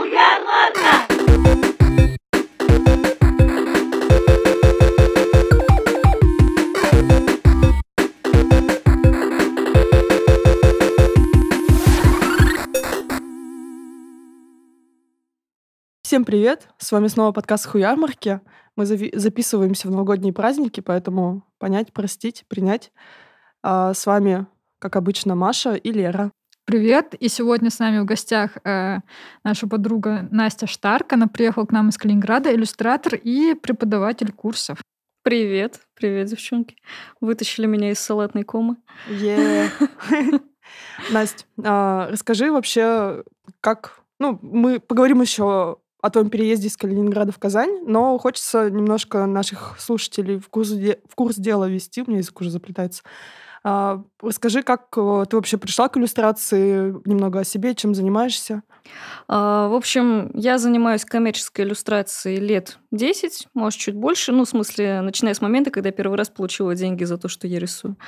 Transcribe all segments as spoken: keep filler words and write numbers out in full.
Ярмарка! Всем привет! С вами снова подкаст «Хуярмарки». Мы зави- записываемся в новогодние праздники, поэтому понять, простить, принять. А, с вами, как обычно, Маша и Лера. Привет! И сегодня с нами в гостях э, наша подруга Настя Штарк. Она приехала к нам из Калининграда, иллюстратор и преподаватель курсов. Привет, привет, девчонки. Вытащили меня из салатной комы. Е. Настя, а, расскажи вообще, как... Ну, мы поговорим еще о твоем переезде из Калининграда в Казань, но хочется немножко наших слушателей в курс, де- в курс дела ввести. У меня язык уже заплетается. А, расскажи, как э, ты вообще пришла к иллюстрации, немного о себе, чем занимаешься. А, В общем, я занимаюсь коммерческой иллюстрацией лет десять, может, чуть больше. Ну, в смысле, начиная с момента, когда я первый раз получила деньги за то, что я рисую.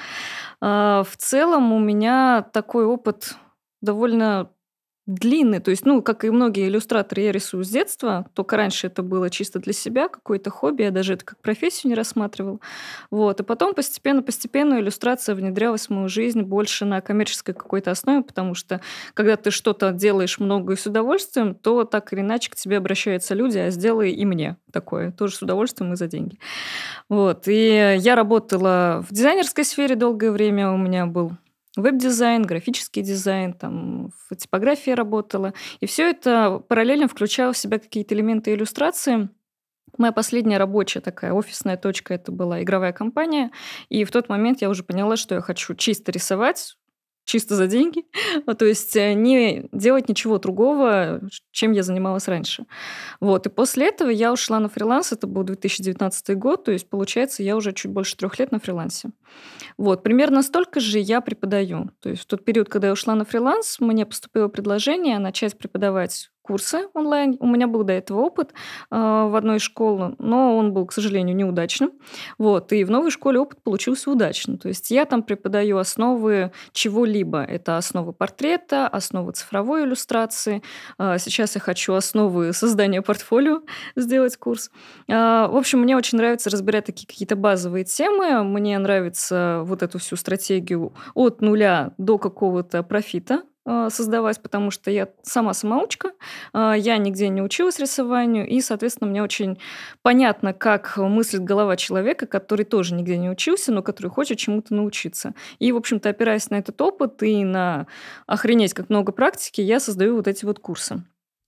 А, В целом у меня такой опыт довольно длинный. То есть, ну, как и многие иллюстраторы, я рисую с детства. Только раньше это было чисто для себя, какое-то хобби. Я даже это как профессию не рассматривала. Вот. И потом постепенно-постепенно иллюстрация внедрялась в мою жизнь больше на коммерческой какой-то основе, потому что когда ты что-то делаешь много и с удовольствием, то так или иначе к тебе обращаются люди, а сделай и мне такое, тоже с удовольствием и за деньги. Вот. И я работала в дизайнерской сфере долгое время, у меня был веб-дизайн, графический дизайн, там, в типографии работала. И все это параллельно включало в себя какие-то элементы иллюстрации. Моя последняя рабочая такая офисная точка — это была игровая компания. И в тот момент я уже поняла, что я хочу чисто рисовать, чисто за деньги, а, то есть э, не делать ничего другого, чем я занималась раньше. Вот. И после этого я ушла на фриланс, это был две тысячи девятнадцатый год, то есть, получается, я уже чуть больше трех лет на фрилансе. Вот. Примерно столько же я преподаю. То есть в тот период, когда я ушла на фриланс, мне поступило предложение начать преподавать курсы онлайн. У меня был до этого опыт э, в одной из школ, но он был, к сожалению, неудачным. Вот. И в новой школе опыт получился удачным. То есть я там преподаю основы чего-либо. Это основы портрета, основы цифровой иллюстрации. А, Сейчас я хочу основы создания портфолио сделать курс. А, В общем, мне очень нравится разбирать такие какие-то базовые темы. Мне нравится вот эту всю стратегию от нуля до какого-то профита а, создавать, потому что я сама самоучка, а, я нигде не училась рисованию, и, соответственно, мне очень понятно, как мыслит голова человека, который тоже нигде не учился, но который хочет чему-то научиться. И, в общем-то, опираясь на этот опыт и на охренеть как много практики, я создаю вот эти вот курсы.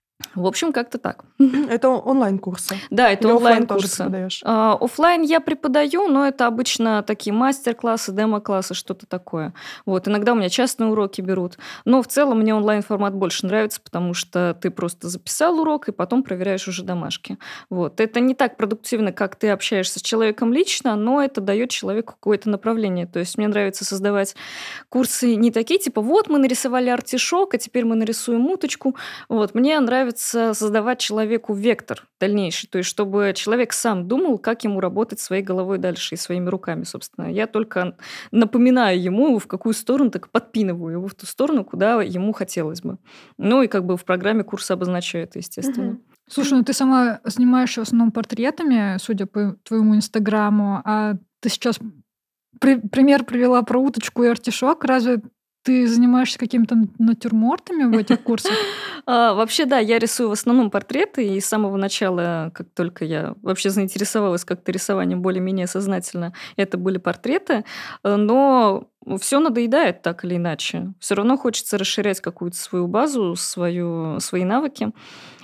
В общем, как-то так. Это онлайн-курсы. Да, это Или оффлайн тоже онлайн-курсы. преподаешь? А, Оффлайн я преподаю, но это обычно такие мастер-классы, демо-классы, что-то такое. Вот, иногда у меня частные уроки берут. Но в целом мне онлайн-формат больше нравится, потому что ты просто записал урок и потом проверяешь уже домашки. Вот. Это не так продуктивно, как ты общаешься с человеком лично, но это дает человеку какое-то направление. То есть мне нравится создавать курсы не такие, типа, вот мы нарисовали артишок, а теперь мы нарисуем уточку. Вот. Мне нравится создавать человеку вектор дальнейший, то есть чтобы человек сам думал, как ему работать своей головой дальше и своими руками, собственно. Я только напоминаю ему, в какую сторону, так подпинываю его в ту сторону, куда ему хотелось бы. Ну и как бы в программе курса обозначаю это, естественно. Мгм. Слушай, ну ты сама занимаешься в основном портретами, судя по твоему инстаграму, а ты сейчас при- пример привела про уточку и артишок. Разве ты занимаешься какими-то натюрмортами в этих курсах? А, Вообще, да, я рисую в основном портреты, и с самого начала, как только я вообще заинтересовалась как-то рисованием более-менее сознательно, это были портреты, Э, но все надоедает так или иначе. Все равно хочется расширять какую-то свою базу, свою, свои навыки.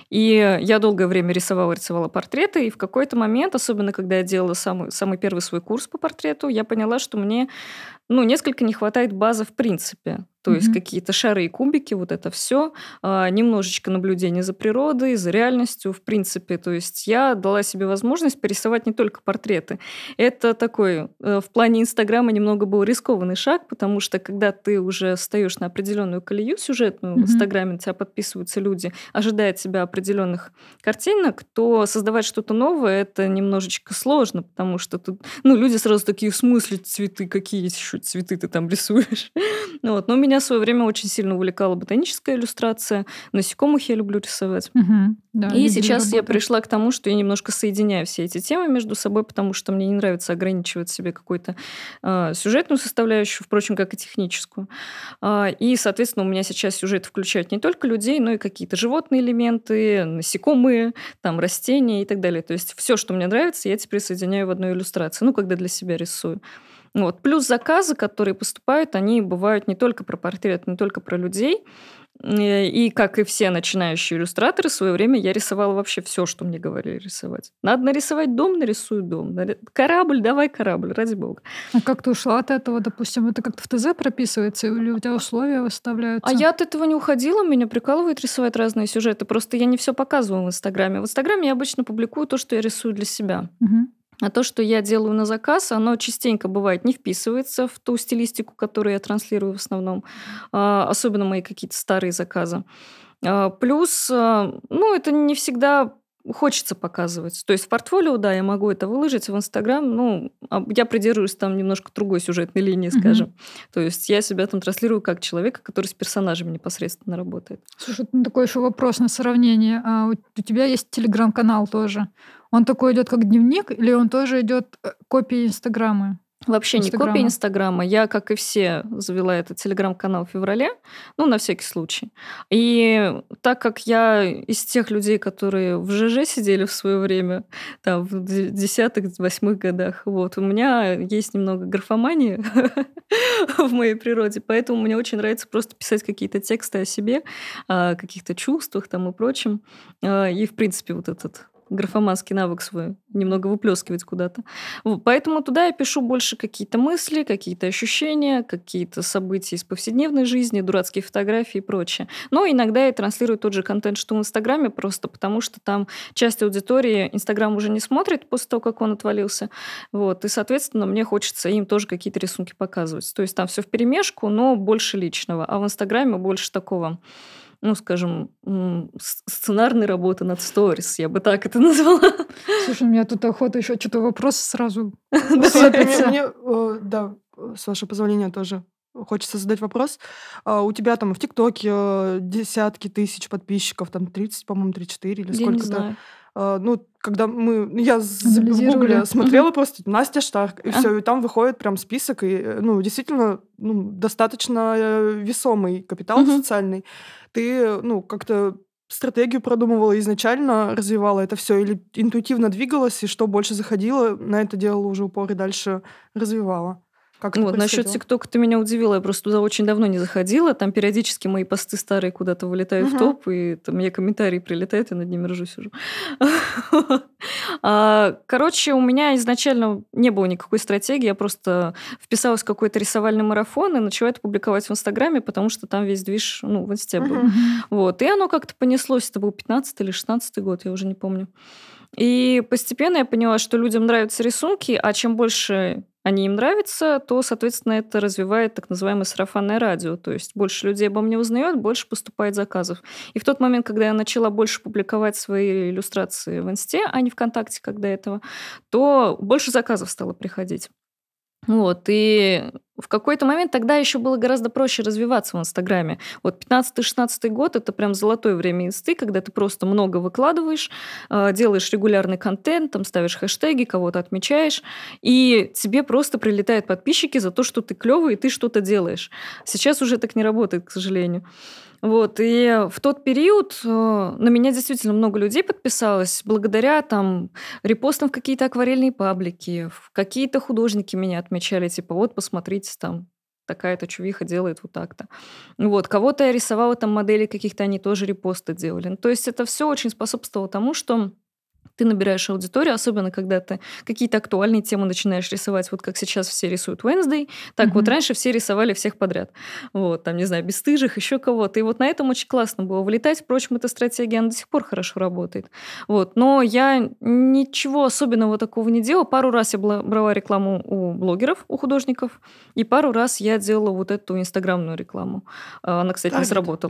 И я долгое время рисовала, рисовала портреты, и в какой-то момент, особенно когда я делала самый, самый первый свой курс по портрету, я поняла, что мне ну, несколько не хватает базы в принципе. То есть Мгм. какие-то шары и кубики, вот это все, немножечко наблюдения за природой, за реальностью, в принципе. То есть я дала себе возможность порисовать не только портреты. Это такой э, в плане Инстаграма немного был рискованный шаг, потому что когда ты уже встаешь на определенную колею сюжетную, в Мгм. Инстаграме на тебя подписываются люди, ожидая от тебя определенных картинок, то создавать что-то новое это немножечко сложно, потому что тут, ну, люди сразу такие, в смысле цветы, какие еще цветы ты там рисуешь? Ну вот. Но у меня меня в свое время очень сильно увлекала ботаническая иллюстрация. Насекомых я люблю рисовать. Мгм. Да, И видели сейчас я работы. пришла к тому, что я немножко соединяю все эти темы между собой, потому что мне не нравится ограничивать себе какую-то а, сюжетную составляющую, впрочем, как и техническую. А, И, соответственно, у меня сейчас сюжет включает не только людей, но и какие-то животные элементы, насекомые, там, растения и так далее. То есть все, что мне нравится, я теперь соединяю в одну иллюстрацию, ну, когда для себя рисую. Вот. Плюс заказы, которые поступают, они бывают не только про портрет, не только про людей. Э, И, как и все начинающие иллюстраторы, в свое время я рисовала вообще все, что мне говорили рисовать. Надо нарисовать дом, нарисую дом. Нари- Корабль, давай корабль, ради бога. А как ты ушла от этого, допустим, это как-то в ТЗ прописывается или у тебя условия А выставляются? я от этого не уходила, меня прикалывает рисовать разные сюжеты. Просто я не все показываю в Инстаграме. В Инстаграме я обычно публикую то, что я рисую для себя. Мгм. А то, что я делаю на заказ, оно частенько бывает не вписывается в ту стилистику, которую я транслирую в основном, а, особенно мои какие-то старые заказы. А, Плюс, а, ну, это не всегда хочется показывать. То есть в портфолио, да, я могу это выложить, в Инстаграм, ну, а, я придерживаюсь там немножко другой сюжетной линии, Мгм. скажем. То есть я себя там транслирую как человека, который с персонажами непосредственно работает. Слушай, ну, такой еще вопрос на сравнение. А у, у тебя есть телеграм-канал тоже. Он такой идет как дневник, или он тоже идет э, копией Инстаграма? Вообще не копия Инстаграма. Инстаграма. Я, как и все, завела этот телеграм-канал в феврале, ну, на всякий случай. И так как я из тех людей, которые в ЖЖ сидели в свое время, там, в д- десятых, восьмых годах, вот, у меня есть немного графомании в моей природе, поэтому мне очень нравится просто писать какие-то тексты о себе, о каких-то чувствах там и прочем. А, И, в принципе, вот этот графоманский навык свой немного выплескивать куда-то. Вот, поэтому туда я пишу больше какие-то мысли, какие-то ощущения, какие-то события из повседневной жизни, дурацкие фотографии и прочее. Но иногда я транслирую тот же контент, что в Инстаграме, просто потому что там часть аудитории Инстаграм уже не смотрит после того, как он отвалился. Вот, и, соответственно, мне хочется им тоже какие-то рисунки показывать. То есть там все вперемешку, но больше личного. А в Инстаграме больше такого, ну, скажем, м, с- сценарной работы над сторис, я бы так это назвала. Слушай, у меня тут охота еще что-то вопросы сразу Вот мне, сыпятся. мне, э, да, э, с вашего позволения тоже хочется задать вопрос. А, У тебя там в ТикТоке э, десятки тысяч подписчиков, там тридцать, по-моему, тридцать четыре или Я не сколько-то. знаю. А, Ну, когда мы... ну, Я з- в Анализировали. Гугле Мгм. смотрела просто Настя Штарк, и А. все, и там выходит прям список, и, э, ну, действительно, ну, достаточно э, весомый капитал Мгм. социальный. Ты, э, ну, как-то стратегию продумывала изначально, развивала это все, или интуитивно двигалась, и что больше заходило, на это делала уже упор и дальше развивала? Как это Вот, насчет происходило? ТикТока ты меня удивила, я просто туда очень давно не заходила, там периодически мои посты старые куда-то вылетают в Мгм. топ, и там мне комментарии прилетают, я над ними ржу сижу. А, Короче, у меня изначально не было никакой стратегии, я просто вписалась в какой-то рисовальный марафон и начала это публиковать в Инстаграме, потому что там весь движ, ну, в Инсте был. Мгм. Мгм. Вот, и оно как-то понеслось, это был пятнадцатый или шестнадцатый год, я уже не помню. И постепенно я поняла, что людям нравятся рисунки, а чем больше они им нравятся, то, соответственно, это развивает так называемое сарафанное радио. То есть больше людей обо мне узнает, больше поступает заказов. И в тот момент, когда я начала больше публиковать свои иллюстрации в Инсте, а не ВКонтакте, как до этого, то больше заказов стало приходить. Вот, и в какой-то момент тогда еще было гораздо проще развиваться в Инстаграме. Вот пятнадцатый-шестнадцатый год– это прям золотое время инсты, когда ты просто много выкладываешь, э, делаешь регулярный контент, там ставишь хэштеги, кого-то отмечаешь, и тебе просто прилетают подписчики за то, что ты клевый и ты что-то делаешь. Сейчас уже так не работает, к сожалению. Вот, и в тот период э, на меня действительно много людей подписалось благодаря там репостам в какие-то акварельные паблики, в какие-то художники меня отмечали, типа, вот, посмотрите, там, такая-то чувиха делает вот так-то. Вот, кого-то я рисовала, там, модели каких-то, они тоже репосты делали. Ну, то есть это все очень способствовало тому, что ты набираешь аудиторию, особенно когда ты какие-то актуальные темы начинаешь рисовать, вот как сейчас все рисуют Wednesday, так вот Мгм. раньше все рисовали всех подряд. Вот, там, не знаю, бесстыжих, еще кого-то. И вот на этом очень классно было вылетать. Впрочем, эта стратегия, она до сих пор хорошо работает. Вот, но я ничего особенного такого не делала. Пару раз я бла- брала рекламу у блогеров, у художников, и пару раз я делала вот эту инстаграмную рекламу. А, Она, кстати, не Таргет. сработала.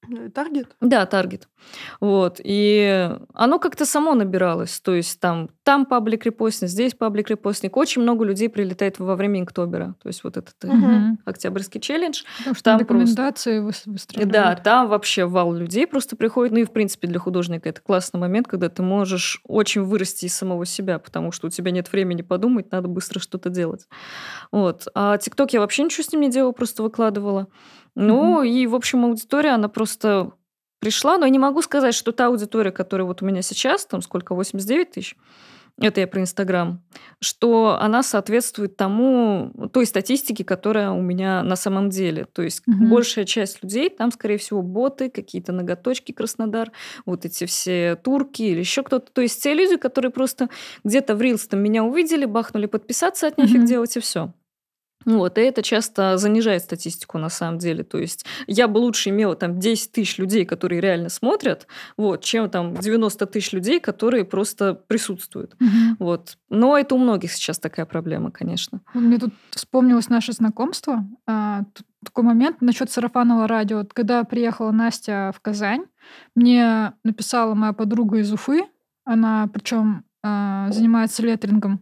Таргет? Да, таргет. Вот. И оно как-то само набиралось. То есть там, там паблик-репостник, здесь паблик-репостник. Очень много людей прилетает во время Инктобера. То есть вот этот э, Мгм. октябрьский челлендж. Потому что Там просто... рекомендации выс- Да, выстреливают. там вообще вал людей просто приходит. Ну и, в принципе, для художника это классный момент, когда ты можешь очень вырасти из самого себя, потому что у тебя нет времени подумать, надо быстро что-то делать. Вот. А ТикТок я вообще ничего с ним не делала, просто выкладывала. Ну, Мгм. и, в общем, аудитория, она просто пришла. Но я не могу сказать, что та аудитория, которая вот у меня сейчас, там сколько, восемьдесят девять тысяч, это я про Инстаграм, что она соответствует тому, той статистике, которая у меня на самом деле. То есть Мгм. большая часть людей, там, скорее всего, боты, какие-то ноготочки Краснодар, вот эти все турки или еще кто-то. То есть те люди, которые просто где-то в Рилс там меня увидели, бахнули подписаться, от нефиг Мгм. делать, и все. Вот, и это часто занижает статистику на самом деле. То есть я бы лучше имела там десять тысяч людей, которые реально смотрят, вот, чем там девяносто тысяч людей, которые просто присутствуют. Мгм. Вот. Но это у многих сейчас такая проблема, конечно. Вот Мне тут вспомнилось наше знакомство. А, тут такой момент насчет сарафанного радио. Вот когда приехала Настя в Казань, мне написала моя подруга из Уфы. Она причем занимается леттерингом,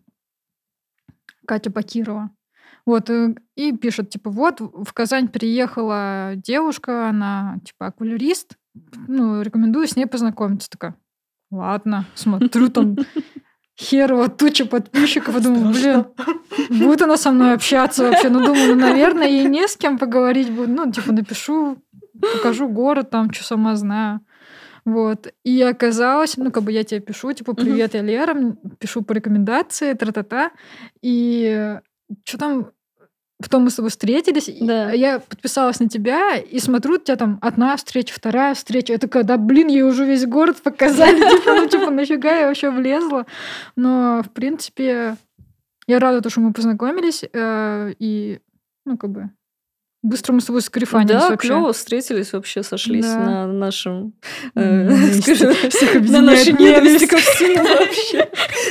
Катя Бакирова. Вот, э, и пишет, типа, вот в Казань приехала девушка, она, типа, аквалерист, ну, рекомендую с ней познакомиться. Такая, ладно, смотрю, там херова туча подписчиков, и думаю, блин, будет она со мной общаться вообще? Ну, думаю, ну, наверное, ей не с кем поговорить будет. Ну, типа, напишу, покажу город, там, что сама знаю. Вот. И оказалось, ну, как бы я тебе пишу, типа, Мгм. привет, я Лера, м, пишу по рекомендации, тра-та-та. И что там, потом мы с тобой встретились, и Да. я подписалась на тебя, и смотрю, у тебя там одна встреча, вторая встреча. Я такая, да, блин, ей уже весь город показали, типа, ну, типа, нафига я вообще влезла? Но, в принципе, я рада, то, что мы познакомились, э, и, ну, как бы, быстро мы с тобой скарифанились Да, вообще. клево встретились, вообще сошлись Да. на нашем, э, Ненависти. скажем, Всех на нашей объединяет ненависти ненависть. ко всему вообще.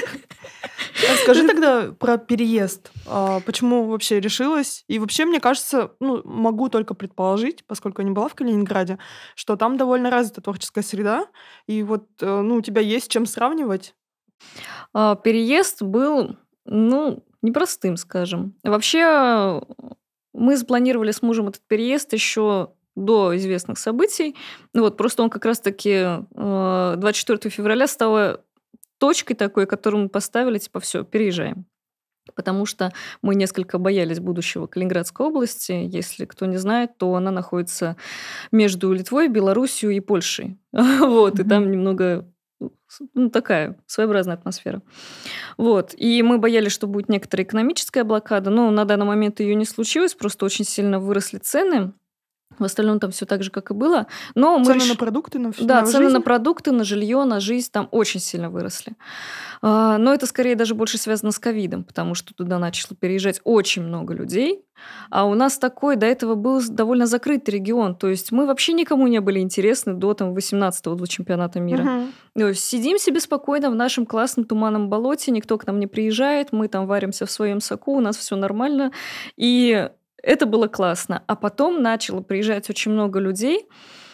Расскажи тогда про переезд. А, Почему вообще решилась? И вообще, мне кажется, ну, могу только предположить, поскольку я не была в Калининграде, что там довольно развита творческая среда, и вот, э, ну, у тебя есть с чем сравнивать. А, Переезд был, ну, непростым, скажем. Вообще, мы спланировали с мужем этот переезд еще до известных событий. Ну вот, просто он как раз-таки э, двадцать четвёртого февраля стала точкой такой, которую мы поставили, типа, все, переезжаем. Потому что мы несколько боялись будущего Калининградской области. Если кто не знает, то она находится между Литвой, Белоруссией и Польшей. Вот, и Мгм. там немного ну, с- ну, такая своеобразная атмосфера. Вот, и мы боялись, что будет некоторая экономическая блокада, но на данный момент ее не случилось, просто очень сильно выросли цены. В остальном там все так же, как и было. Но мы Цены на решили... продукты, на, вс- Да, на цены на жизнь. продукты, на жилье, на жизнь там очень сильно выросли. А, Но это скорее даже больше связано с ковидом, потому что туда начало переезжать очень много людей. А у нас такой до этого был с- довольно закрытый регион. То есть мы вообще никому не были интересны до там восемнадцатого до чемпионата мира. Мгм. То есть сидим себе спокойно в нашем классном туманном болоте, никто к нам не приезжает, мы там варимся в своем соку, у нас все нормально. И это было классно. А потом начало приезжать очень много людей.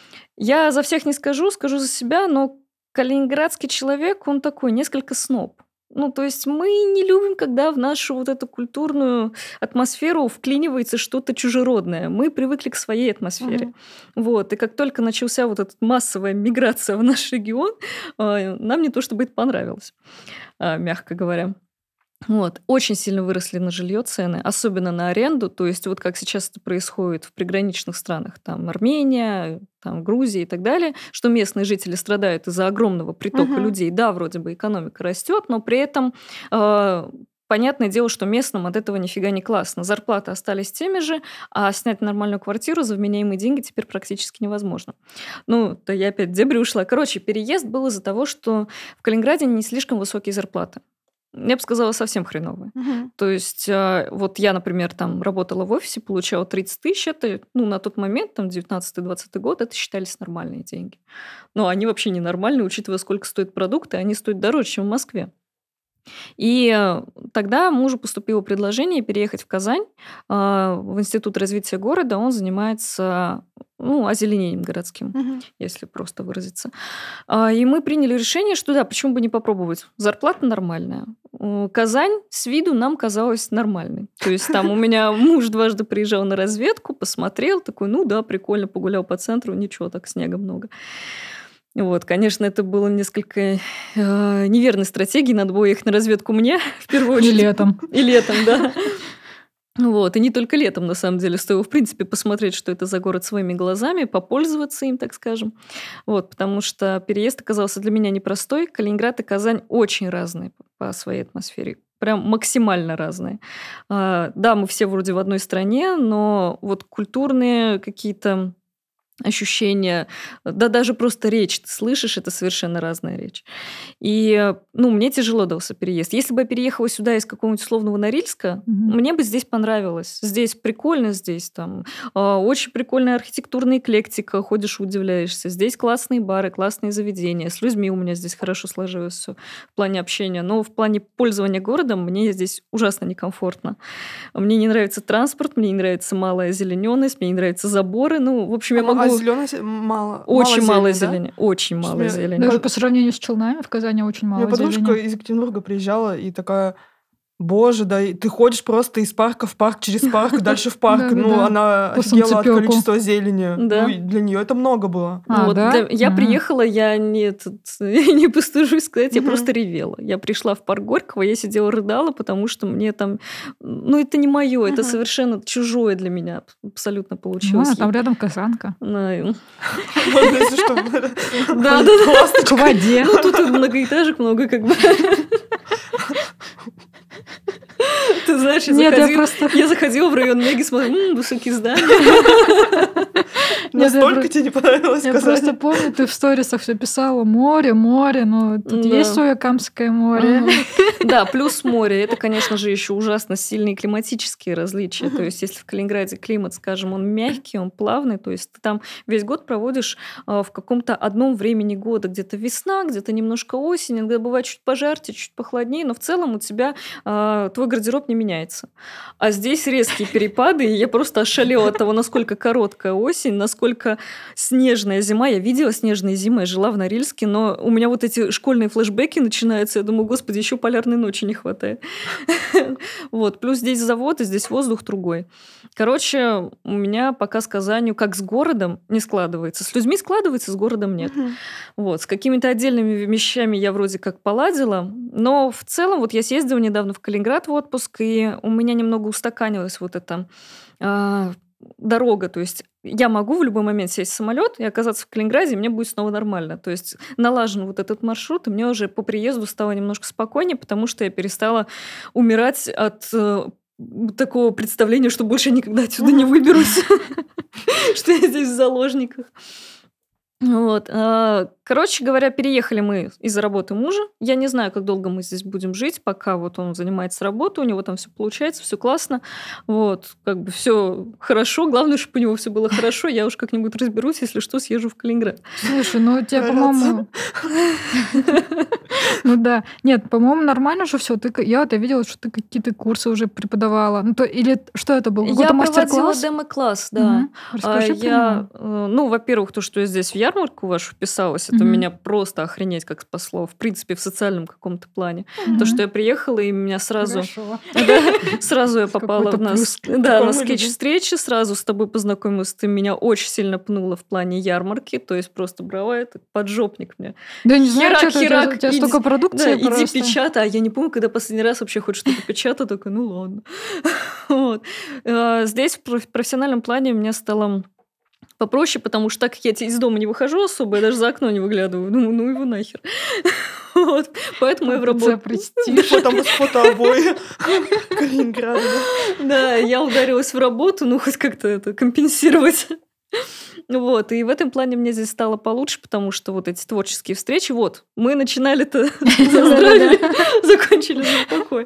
Я за всех не скажу, скажу за себя, но калининградский человек, он такой несколько сноб. Ну, то есть мы не любим, когда в нашу вот эту культурную атмосферу вклинивается что-то чужеродное. Мы привыкли к своей атмосфере. Мгм. Вот. И как только начался вот эта массовая миграция в наш регион, э, нам не то чтобы это понравилось, а, мягко говоря. Вот. Очень сильно выросли на жилье цены, особенно на аренду. То есть вот как сейчас это происходит в приграничных странах, там Армения, там Грузия и так далее, что местные жители страдают из-за огромного притока Мгм. людей. Да, вроде бы экономика растет, но при этом э, понятное дело, что местным от этого нифига не классно. Зарплаты остались теми же, а снять нормальную квартиру за вменяемые деньги теперь практически невозможно. Ну, то я опять в дебри ушла. Короче, переезд был из-за того, что в Калининграде не слишком высокие зарплаты. Я бы сказала, совсем хреновые. Мгм. То есть, а, вот я, например, там работала в офисе, получала тридцать тысяч, это, ну, на тот момент, там, девятнадцатый-двадцатый год, это считались нормальные деньги. Но они вообще ненормальные, учитывая, сколько стоят продукты, они стоят дороже, чем в Москве. И э, тогда мужу поступило предложение переехать в Казань а, в Институт развития города. Он занимается ну, озеленением городским, Мгм. если просто выразиться. А, И мы приняли решение, что да, почему бы не попробовать? Зарплата нормальная. Э, Казань с виду нам казалась нормальной. То есть там у меня муж дважды приезжал на разведку, посмотрел, такой, ну да, прикольно, погулял по центру, ничего, так снега много. Вот, конечно, это было несколько э, неверной стратегией. Надо было ехать на разведку мне, в первую И очередь. летом. И летом, да. Вот, и не только летом, на самом деле, стоило, в принципе, посмотреть, что это за город своими глазами, попользоваться им, так скажем. Вот, потому что переезд оказался для меня непростой. Калининград и Казань очень разные по по своей атмосфере. Прям максимально разные. А, Да, мы все вроде в одной стране, но вот культурные какие-то ощущения, да даже просто речь ты слышишь, это совершенно разная речь. И, ну, мне тяжело дался переезд. Если бы я переехала сюда из какого-нибудь условного Норильска, Мгм. мне бы здесь понравилось. Здесь прикольно, здесь там а, очень прикольная архитектурная эклектика, ходишь, удивляешься. Здесь классные бары, классные заведения. С людьми у меня здесь хорошо сложилось все в плане общения. Но в плане пользования городом мне здесь ужасно некомфортно. Мне не нравится транспорт, мне не нравится малая озелененность, мне не нравятся заборы. Ну, в общем, я А могу... зелёность мало. Очень мало зелени, да? зелени. Очень Что мало мне- зелени. Даже по сравнению с Челнами в Казани очень У меня мало подружка зелени. из Екатеринбурга приезжала и такая, боже, да, и ты ходишь просто из парка в парк, через парк, дальше в парк. Ну, Да-да-да. она По офигела от солнцепёку. количества зелени. Да. Ну, и для нее это много было. А, Вот, да? да, я Мгм. приехала, я не, этот, не постыжусь сказать, я Мгм. просто ревела. Я пришла в парк Горького, я сидела, рыдала, потому что мне там... Ну, это не мое, это Мгм. совершенно чужое для меня абсолютно Ну, получилось. а там рядом Казанка. Да, и- Вот, если что. да, да. К воде. Ну, тут и многоэтажек много, как бы. Ты знаешь, я Нет, я заходила, просто... я заходила в район Меги, смотрю, «М, высокие здания». Нет, я Настолько про- тебе не понравилось Я Казань? просто помню, ты в сторисах все писала море, море, ну тут Да. есть Соликамское море. Мгм. Да, плюс море. Это, конечно же, еще ужасно сильные климатические различия. То есть, если в Калининграде климат, скажем, он мягкий, он плавный, то есть ты там весь год проводишь а, в каком-то одном времени года. Где-то весна, где-то немножко осень, иногда бывает чуть пожарче, чуть похладнее, но в целом у тебя а, твой гардероб не меняется. А здесь резкие перепады, и я просто ошалела от того, насколько короткая осень, насколько снежная зима. Я видела снежные зимы, я жила в Норильске, но у меня вот эти школьные флешбеки начинаются. Я думаю, господи, еще полярной ночи не хватает. Вот. Плюс здесь завод, и здесь воздух другой. Короче, у меня пока с Казанью, как с городом, не складывается. С людьми складывается, с городом нет. Мгм. Вот. С какими-то отдельными вещами я вроде как поладила, но в целом вот я съездила недавно в Калининград в отпуск, и у меня немного устаканилась вот эта а, дорога. То есть я могу в любой момент сесть в самолет и оказаться в Калининграде, и мне будет снова нормально. То есть налажен вот этот маршрут, и мне уже по приезду стало немножко спокойнее, потому что я перестала умирать от э, такого представления, что больше никогда отсюда не выберусь, что я здесь в заложниках. Вот. а, Короче говоря, переехали мы из-за работы мужа. Я не знаю, как долго мы здесь будем жить, пока вот он занимается работой, у него там все получается, все классно. Вот, как бы все хорошо. Главное, чтобы у него все было хорошо. Я уж как-нибудь разберусь, если что, съезжу в Калининград. Слушай, ну у тебя, Нравится. по-моему... Ну да. Нет, по-моему, нормально же все. Ты, я вот я видела, что ты какие-то курсы уже преподавала. Ну, то, или что это был? Я Какой-то проводила мастер-класс? демо-класс, да. Мгм. А, Расскажи про Я, него. э, ну, во-первых, то, что я здесь в ярмарку вашу вписалась, это Мгм. меня просто охренеть как спасло, в принципе, в социальном каком-то плане. То, Мгм. что я приехала, и меня сразу... Хорошо. Да, сразу я попала Какой-то на, плюс. с- да, Такое на мы скетч-встречи, сразу с тобой познакомилась, ты меня очень сильно пнула в плане ярмарки, то есть просто брала это поджопник мне. Да я не знаю, Херак, что это, у тебя- херак, у тебя иди- столько Да, продукции иди просто. печатай. А я не помню, когда последний раз вообще хоть что-то печатала, такая, ну ладно. Вот. Э, Здесь в проф- профессиональном плане у меня стало попроще, потому что так как я те- из дома не выхожу особо, я даже за окно не выглядываю. Думаю, ну его нахер. Вот. Поэтому я в У тебя работу... престиж. Потому что фотообои Калининграда, да? Да, я ударилась в работу, ну хоть как-то это компенсировать. Вот, и в этом плане мне здесь стало получше, потому что вот эти творческие встречи, вот, мы начинали-то заздравили, закончили за такой.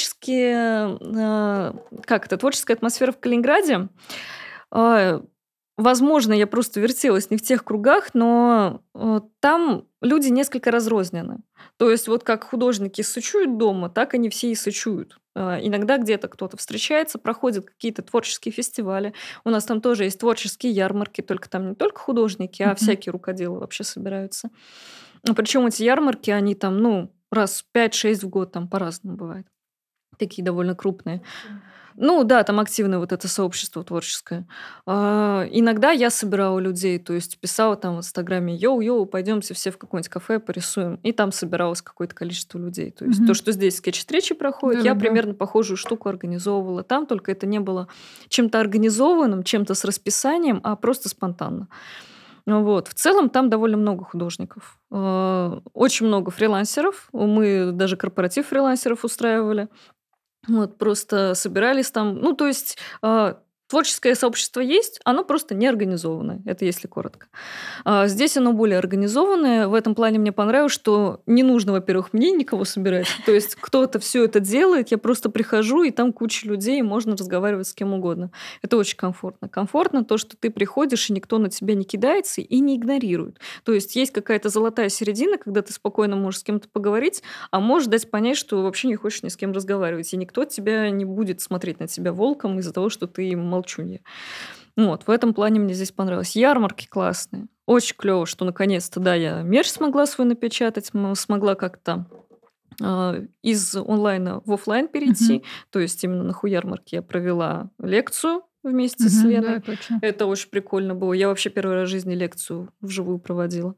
Творческие, э, как это, творческая атмосфера в Калининграде, э, возможно, я просто вертелась не в тех кругах, но э, там люди несколько разрознены. То есть вот как художники сычуют дома, так они все и сычуют. Э, Иногда где-то кто-то встречается, проходят какие-то творческие фестивали. У нас там тоже есть творческие ярмарки, только там не только художники, а Мгм. всякие рукоделы вообще собираются. Причем эти ярмарки, они там, ну, раз пять-шесть в год, там по-разному бывает. Такие довольно крупные. Ну да, там активное вот это сообщество творческое. А, Иногда я собирала людей, то есть писала там в Инстаграме: «Йоу-йоу, пойдемте все в какое-нибудь кафе порисуем». И там собиралось какое-то количество людей. То есть то, Мгм. что здесь скетч-встречи проходят, я Да-да-да. примерно похожую штуку организовывала. Там только это не было чем-то организованным, чем-то с расписанием, а просто спонтанно. Вот. В целом там довольно много художников. Э, Очень много фрилансеров. Мы даже корпоратив фрилансеров устраивали. Вот, просто собирались там. Ну, то есть а, творческое сообщество есть, оно просто не организованное. Это если коротко. А, Здесь оно более организованное. В этом плане мне понравилось, что не нужно, во-первых, мне никого собирать. То есть кто-то все это делает, я просто прихожу, и там куча людей, и можно разговаривать с кем угодно. Это очень комфортно. Комфортно то, что ты приходишь, и никто на тебя не кидается и не игнорирует. То есть есть какая-то золотая середина, когда ты спокойно можешь с кем-то поговорить, а можешь дать понять, что вообще не хочешь ни с кем разговаривать, и никто тебя не будет смотреть на тебя волком из-за того, что ты молчунья. Вот, в этом плане мне здесь понравилось. Ярмарки классные. Очень клево, что наконец-то, да, я мерч смогла свой напечатать, м, смогла как-то а, из онлайна в оффлайн перейти. Мгм. То есть именно на хуярмарке я провела лекцию вместе с Мгм. Да, Леной. точно. Это очень прикольно было. Я вообще первый раз в жизни лекцию вживую проводила.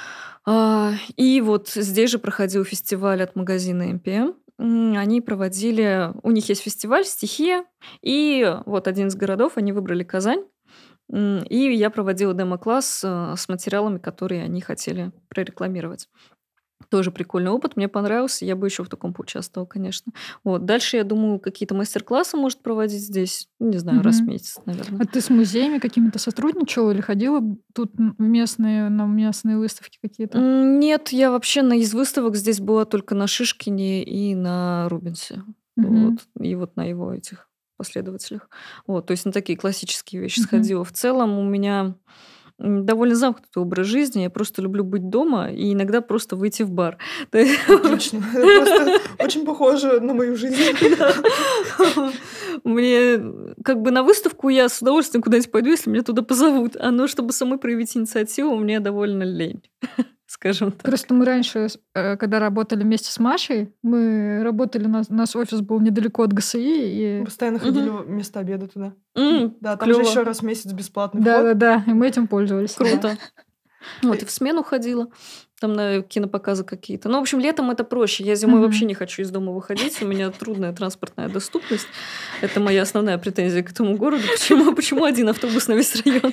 А, И вот здесь же проходил фестиваль от магазина эм пи эм. М, Они проводили... У них есть фестиваль «Стихия», и вот один из городов, они выбрали Казань. М, И я проводила демо-класс э, с материалами, которые они хотели прорекламировать. Тоже прикольный опыт, мне понравился, я бы еще в таком поучаствовала, конечно. Вот. Дальше, я думаю, какие-то мастер-классы может проводить здесь, не знаю, раз в Мгм. месяц, наверное. А ты с музеями какими-то сотрудничала или ходила б- тут м, в местные, на местные выставки какие-то? М, Нет, я вообще на из выставок здесь была только на Шишкине и на Рубенсе. Мгм. Вот. И вот на его этих последователях. Вот. То есть на такие классические вещи Мгм. сходила. В целом у меня м, довольно замкнутый образ жизни. Я просто люблю быть дома и иногда просто выйти в бар. То есть- Отлично. Это просто очень похоже на мою жизнь. Да. Мне как бы на выставку я с удовольствием куда-нибудь пойду, если меня туда позовут. А но чтобы самой проявить инициативу, мне довольно лень, скажем так. Просто мы раньше, с- э, когда работали вместе с Машей, мы работали, у нас, у нас офис был недалеко от гэ эс и, Мы и постоянно Мгм. ходили вместо обеда туда. М, Да, там же еще Клево, раз в месяц бесплатный вход. да-да-да, и мы этим пользовались. круто. Вот, и Э, в смену ходила, там на кинопоказы какие-то. Ну, в общем, летом это проще. Я зимой вообще Мгм. не хочу из дома выходить. У меня трудная транспортная доступность. Это моя основная претензия к этому городу. Почему, почему один автобус на весь район?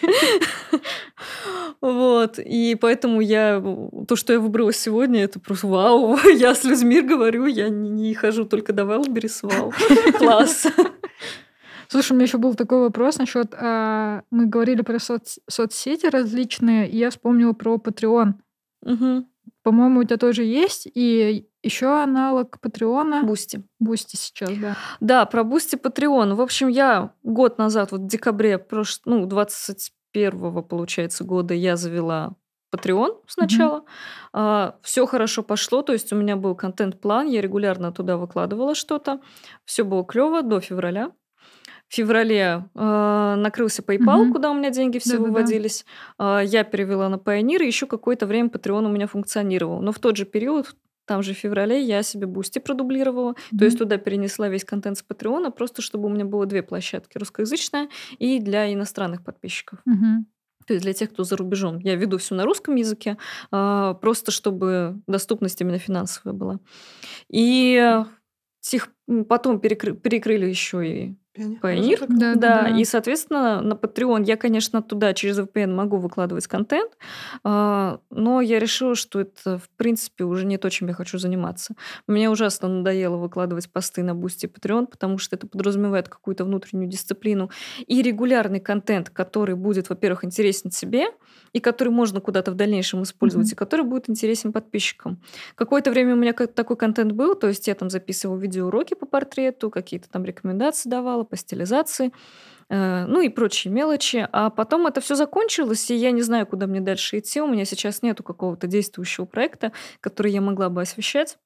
Вот. И поэтому я... То, что я выбрала сегодня, это просто вау. Я с людьми говорю, я не, не хожу только до Вайлдберрис. Вау. Класс. Слушай, у меня еще был такой вопрос насчет... а, мы говорили про соц- соцсети различные, и я вспомнила про Patreon. Мгм. По-моему, у тебя тоже есть, и еще аналог Патреона. Бусти. Бусти сейчас, да. Да, про Бусти Patreon. В общем, я год назад, вот в декабре прош... ну, двадцать первого, получается, года я завела Patreon сначала. Все хорошо пошло, то есть у меня был контент-план, я регулярно туда выкладывала что-то. Все было клево до февраля. В феврале э, накрылся PayPal, Мгм. куда у меня деньги все Да-да-да. выводились. А, я перевела на Payoneer, и еще какое-то время Patreon у меня функционировал. Но в тот же период, там же в феврале, я себе Бусти продублировала. То есть Мгм. туда перенесла весь контент с Патреона, просто чтобы у меня было две площадки: русскоязычная и для иностранных подписчиков. Мгм. То есть для тех, кто за рубежом. Я веду все на русском языке, а, просто чтобы доступность именно финансовая была. И э, тех- м, потом перекры- перекрыли еще и Пионер. Payoneer. Хорошо, так. Да, Да-да-да. и, соответственно, на Patreon я, конечно, туда через ви пи эн могу выкладывать контент, а, но я решила, что это, в принципе, уже не то, чем я хочу заниматься. Мне ужасно надоело выкладывать посты на Boosty и Patreon, потому что это подразумевает какую-то внутреннюю дисциплину и регулярный контент, который будет, во-первых, интересен тебе, и который можно куда-то в дальнейшем использовать, Мгм. и который будет интересен подписчикам. Какое-то время у меня как- такой контент был, то есть я там записывала видеоуроки по портрету, какие-то там рекомендации давала, по стилизации, э, ну и прочие мелочи. А потом это все закончилось, и я не знаю, куда мне дальше идти. У меня сейчас нету какого-то действующего проекта, который я могла бы освещать.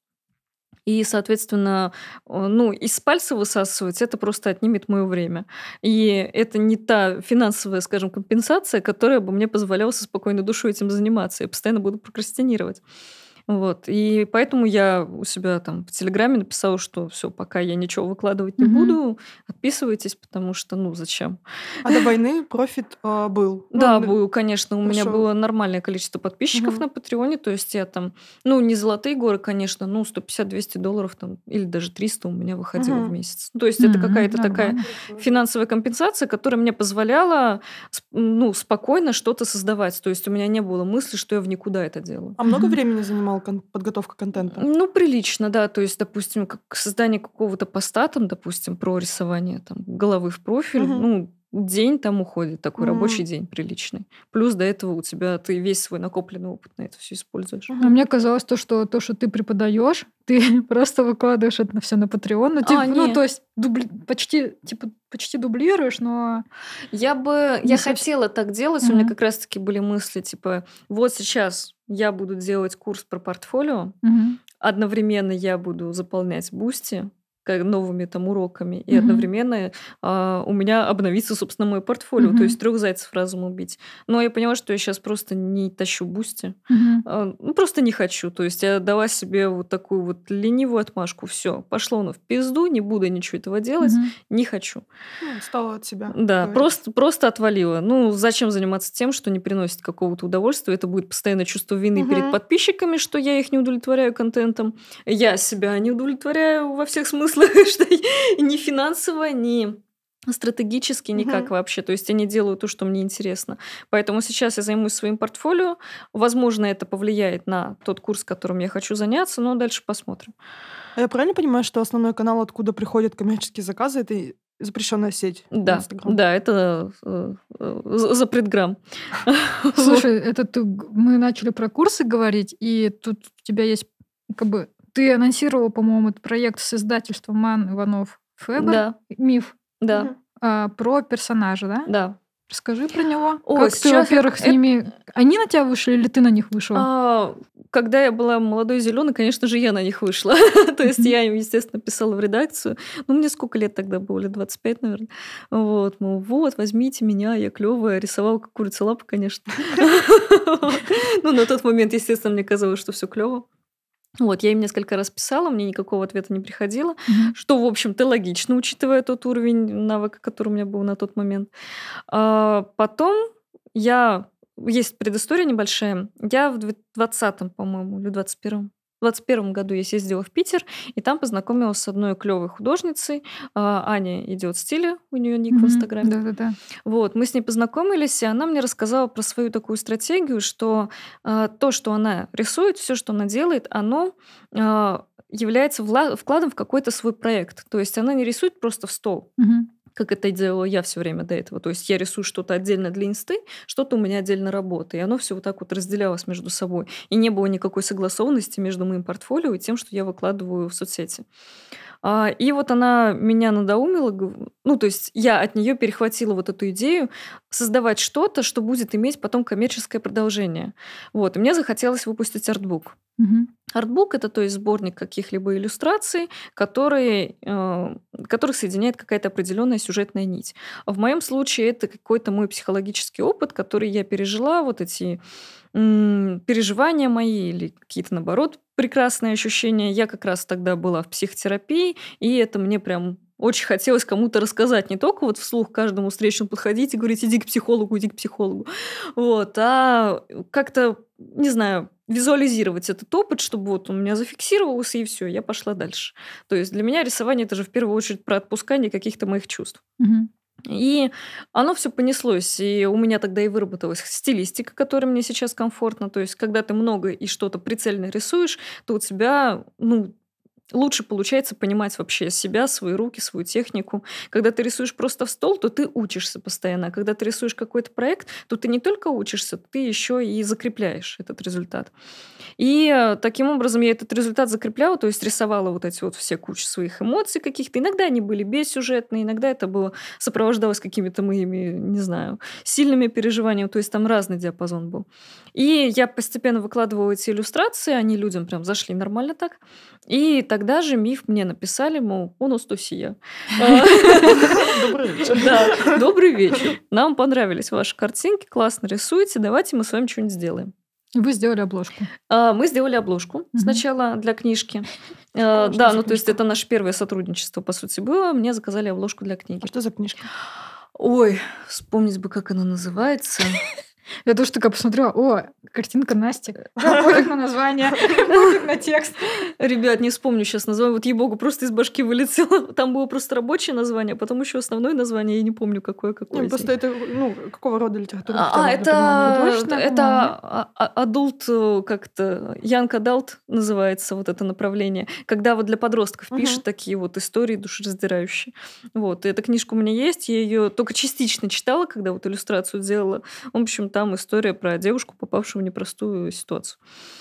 И, соответственно, э, ну, из пальца высасывать это просто отнимет мое время. И это не та финансовая, скажем, компенсация, которая бы мне позволяла со спокойной душой этим заниматься. Я постоянно буду прокрастинировать. Вот. И поэтому я у себя там в Телеграме написала, что все, пока я ничего выкладывать не Мгм. буду, отписывайтесь, потому что, ну, зачем? А до войны профит а, был? Ну, Да, н- был, конечно, у меня хорошо. было нормальное количество подписчиков Мгм. на Патреоне, то есть я там, ну, не золотые горы, конечно, ну, сто пятьдесят двести долларов там, или даже триста у меня выходило в Мгм. месяц. Ну, то есть это М, какая-то такая Нормально. Хорошо. финансовая компенсация, которая мне позволяла, сп- ну, спокойно что-то создавать. То есть у меня не было мысли, что я в никуда это делаю. А много Мгм. времени занимала кон- подготовка контента? Ну, прилично, да. То есть, допустим, как создание какого-то поста, там, допустим, про рисование там, головы в профиль, Мгм. ну, день там уходит, такой рабочий М. день приличный. Плюс до этого у тебя ты весь свой накопленный опыт на это все используешь. А Мгм. мне казалось, то, что то, что ты преподаешь, ты просто выкладываешь это все на Patreon. Ну, типа, А, ну, не, то есть дубли- почти, типа, почти дублируешь, но я бы, не я совсем. хотела так делать, у меня как раз-таки были мысли, типа, вот сейчас я буду делать курс про портфолио, одновременно я буду заполнять Бусти как новыми там уроками, и одновременно а, у меня обновится, собственно, мое портфолио. То есть трех зайцев разом убить. Но я поняла, что я сейчас просто не тащу Бусти. А, ну, просто не хочу. То есть я дала себе вот такую вот ленивую отмашку. Все, пошло оно в пизду, не буду ничего этого делать, не хочу. Ну, устала от себя, Да, говорится. просто, просто отвалила. Ну, зачем заниматься тем, что не приносит какого-то удовольствия? Это будет постоянно чувство вины перед Мгм. подписчиками, что я их не удовлетворяю контентом. Я себя не удовлетворяю во всех смыслах, что я ни финансово, ни стратегически никак Мгм. вообще. То есть я не делаю то, что мне интересно. Поэтому сейчас я займусь своим портфолио. Возможно, это повлияет на тот курс, которым я хочу заняться, но дальше посмотрим. А я правильно понимаю, что основной канал, откуда приходят коммерческие заказы, это и запрещенная сеть Да, Инстаграм? да, это э, э, за за предграмм. Вот. Слушай, это ты г- мы начали про курсы говорить, и тут у тебя есть как бы ты анонсировала, по-моему, этот проект с издательством Ман Иванов Фебер, Да, миф, да, Мгм. а, про персонажа, да? да. Расскажи про него. О, Как ты, сейчас во-первых, с это, ними... Они на тебя вышли или ты на них вышел? а, когда я была молодой зеленой, конечно же, я на них вышла. То есть Мгм. я им, естественно, писала в редакцию. Ну, мне сколько лет тогда было? Лет двадцать пять, наверное. Вот, мол, вот, возьмите меня, я клевая. Рисовала как курица лапа, конечно. Вот. Ну, на тот момент, естественно, мне казалось, что все клево. Вот, я им несколько раз писала, мне никакого ответа не приходило, Мгм. что, в общем-то, логично, учитывая тот уровень навыка, который у меня был на тот момент. А, потом я есть предыстория небольшая. Я в две двадцатом, по-моему, или в двадцать первом в двадцать первом году я съездила в Питер, и там познакомилась с одной клевой художницей. А, Аня идет стиля, у нее ник в Мгм. Инстаграме. Да-да-да. Вот, мы с ней познакомились, и она мне рассказала про свою такую стратегию, что а, то, что она рисует, все, что она делает, оно а, является вла- вкладом в какой-то свой проект. То есть она не рисует просто в стол, Мгм. как это делала я все время до этого. То есть я рисую что-то отдельно для инсты, что-то у меня отдельно работает. И оно все вот так вот разделялось между собой. И не было никакой согласованности между моим портфолио и тем, что я выкладываю в соцсети. А, и вот она меня надоумила, гов- ну, то есть я от нее перехватила вот эту идею создавать что-то, что будет иметь потом коммерческое продолжение. Вот, и мне захотелось выпустить артбук. Мгм. Артбук — это, то есть, сборник каких-либо иллюстраций, которые, э, которых соединяет какая-то определенная сюжетная нить. В моем случае это какой-то мой психологический опыт, который я пережила, вот эти м, переживания мои или какие-то, наоборот, прекрасные ощущения. Я как раз тогда была в психотерапии, и это мне прям очень хотелось кому-то рассказать, не только вот вслух каждому встречному подходить и говорить: иди к психологу, иди к психологу, вот, а как-то, не знаю, визуализировать этот опыт, чтобы вот он у меня зафиксировался, и все, я пошла дальше. То есть для меня рисование — это же в первую очередь про отпускание каких-то моих чувств. Мгм. И оно все понеслось, и у меня тогда и выработалась стилистика, которая мне сейчас комфортна. То есть когда ты много и что-то прицельно рисуешь, то у тебя, ну, лучше получается понимать вообще себя, свои руки, свою технику. Когда ты рисуешь просто в стол, то ты учишься постоянно. А когда ты рисуешь какой-то проект, то ты не только учишься, ты еще и закрепляешь этот результат. И э, таким образом я этот результат закрепляла, то есть рисовала вот эти вот все кучи своих эмоций каких-то. Иногда они были бессюжетные, иногда это было сопровождалось какими-то моими, не знаю, сильными переживаниями, то есть там разный диапазон был. И я постепенно выкладывала эти иллюстрации, они людям прям зашли нормально так. И тогда же миф мне написали, мол, Анастасия. А, Добрый вечер. Да, добрый вечер. Нам понравились ваши картинки, классно рисуете, давайте мы с вами что-нибудь сделаем. И вы сделали обложку. А, Мы сделали обложку Мгм. сначала для книжки. А, Что Да, за ну то есть книжка? это наше первое сотрудничество, по сути, было. Мне заказали обложку для А книги. что за книжка? Ой, вспомнить бы, как она называется. Я тоже такая посмотрела, о, картинка Насти. Да, пофиг на название, пофиг на текст. Ребят, не вспомню сейчас название. Вот ей-богу, просто из башки вылетело. Там было просто рабочее название, а потом еще основное название. Я не помню, какое какое. Не, из них. просто это, ну, какого рода литература? А, хотя бы для это, понимания. Художественная, это по-моему, а- а- адулт, э, как-то, Young Adult называется вот это направление, когда вот для подростков Мгм. пишет такие вот истории душераздирающие. Вот, и эта книжка у меня есть, я ее только частично читала, когда вот иллюстрацию делала. В общем, там история про девушку, попавшую в непростую ситуацию.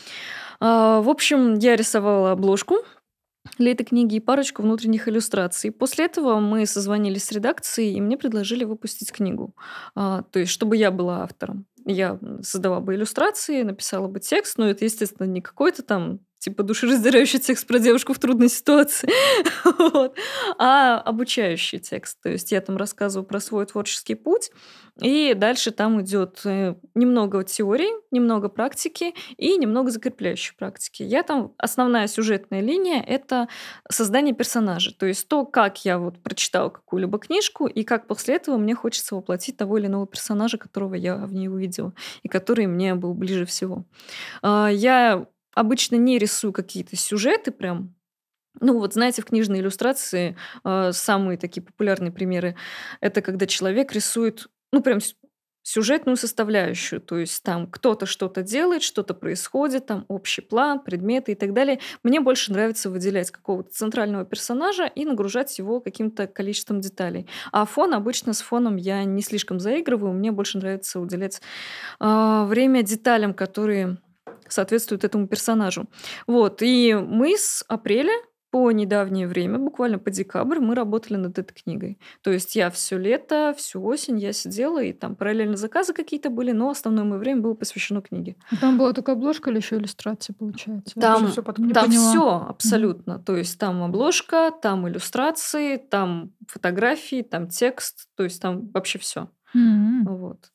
А, В общем, я рисовала обложку для этой книги и парочку внутренних иллюстраций. После этого мы созвонились с редакцией, и мне предложили выпустить книгу. А, то есть, чтобы я была автором. Я м, создала бы иллюстрации, написала бы текст, но это, естественно, не какой-то там типа душераздирающий текст про девушку в трудной ситуации, вот, а обучающий текст. То есть я там рассказываю про свой творческий путь, и дальше там идет э, немного теории, немного практики и немного закрепляющей практики. Я там основная сюжетная линия это создание персонажа, то есть то, как я вот прочитала какую-либо книжку и как после этого мне хочется воплотить того или иного персонажа, которого я в ней увидела и который мне был ближе всего. А, Я обычно не рисую какие-то сюжеты прям. Ну вот знаете, в книжной иллюстрации а, самые такие популярные примеры это когда человек рисует, ну прям с- сюжетную составляющую, то есть там кто-то что-то делает, что-то происходит, там общий план, предметы и так далее. Мне больше нравится выделять какого-то центрального персонажа и нагружать его каким-то количеством деталей. А фон обычно с фоном я не слишком заигрываю, мне больше нравится уделять а, время деталям, которые соответствуют этому персонажу. Вот, и мы с апреля по недавнее время, буквально по декабрь, мы работали над этой книгой. То есть я все лето, всю осень я сидела, и там параллельно заказы какие-то были, но основное мое время было посвящено книге. А там была только обложка или еще иллюстрация, получается? Я тоже Там, всё под- Не там поняла. все абсолютно. То есть там обложка, там иллюстрации, там фотографии, там текст, то есть там вообще все. М. Вот.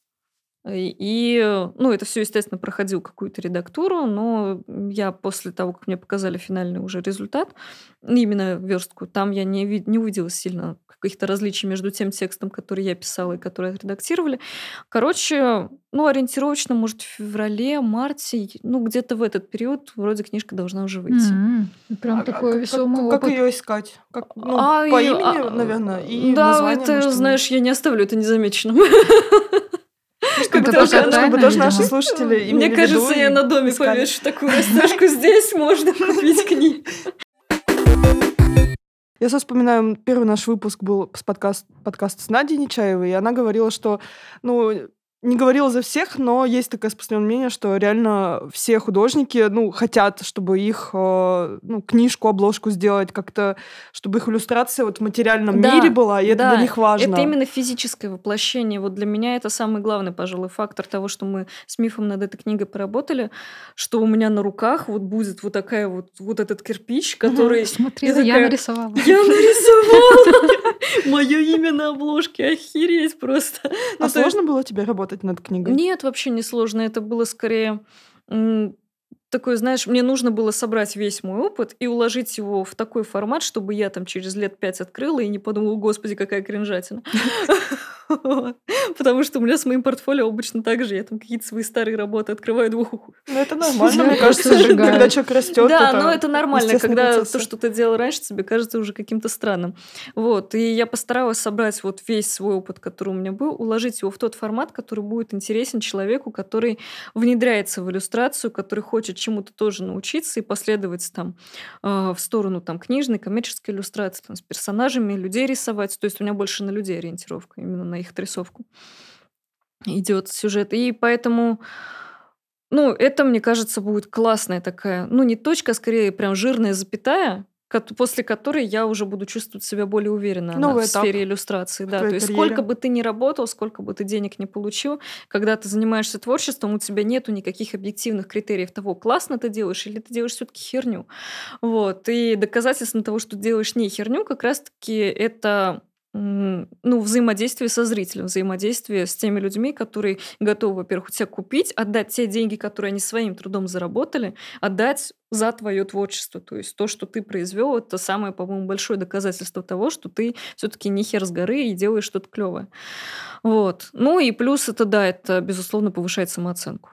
И, и, э, ну, это все, естественно, проходил какую-то редактуру, но я после того, как мне показали финальный уже результат, именно верстку, там я не, ви- не увидела сильно каких-то различий между тем текстом, который я писала и который отредактировали. Короче, ну, ориентировочно, может, в феврале, марте, ну, где-то в этот период вроде книжка должна уже выйти. М. Прям А- а такой как- весомый как, как опыт. ее искать? Как, ну, А, по и- имени, а, наверное, и да, название, это, может, знаешь, я не оставлю это незамеченным. Ну, чтобы Это тоже, пока чтобы тайна, тоже наши видимо. слушатели имели Мне в кажется, виду я и на доме искали. повешу такую растяжку. Здесь можно купить книгу. Я сразу вспоминаю, первый наш выпуск был с подкаст, подкаст с Надей Нечаевой, и она говорила, что, ну, не говорила за всех, но есть такое распространенное мнение, что реально все художники, ну, хотят, чтобы их, э, ну, книжку, обложку сделать как-то, чтобы их иллюстрация вот в материальном Да, мире была, и это да, для них важно. это именно физическое воплощение. Вот для меня это самый главный, пожалуй, фактор того, что мы с Мифом над этой книгой поработали, что у меня на руках вот будет вот такая вот, вот этот кирпич, который... Смотри, Я это я такая, нарисовала. Я нарисовала мое имя на обложке, охереть просто. А Ну, то есть- сложно было тебе работать над книгой? Нет, вообще не сложно. Это было скорее м, такое, знаешь, мне нужно было собрать весь мой опыт и уложить его в такой формат, чтобы я там через лет пять открыла и не подумала, господи, какая кринжатина. Вот. Потому что у меня с моим портфолио обычно так же. Я там какие-то свои старые работы открываю, думаю, «Ху-ху». Ну, это нормально, Да, мне это кажется, когда зажигает. человек растет, Да, это но это нормально, естественные когда то, процессы. что ты делал раньше, тебе кажется уже каким-то странным. Вот. И я постаралась собрать вот весь свой опыт, который у меня был, уложить его в тот формат, который будет интересен человеку, который внедряется в иллюстрацию, который хочет чему-то тоже научиться и последовать там э, в сторону там книжной, коммерческой иллюстрации, там, с персонажами, людей рисовать. То есть у меня больше на людей ориентировка, именно на их рисовку идет сюжет. И поэтому, ну, это, мне кажется, будет классная такая, ну, не точка, а скорее прям жирная запятая, кот- после которой я уже буду чувствовать себя более уверенно на- в Новый этап сфере иллюстрации. в Да, то твоей есть сколько карьере. бы ты ни работал, сколько бы ты денег не получил, когда ты занимаешься творчеством, у тебя нету никаких объективных критериев того, классно ты делаешь или ты делаешь все-таки херню. Вот. И доказательством того, что ты делаешь не херню, как раз-таки это м, ну, взаимодействие со зрителем, взаимодействие с теми людьми, которые готовы, во-первых, у тебя купить, отдать те деньги, которые они своим трудом заработали, отдать за твое творчество. То есть то, что ты произвел, это самое, по-моему, большое доказательство того, что ты все-таки не хер с горы и делаешь что-то клевое. Вот. Ну и плюс это, да, это, безусловно, повышает самооценку.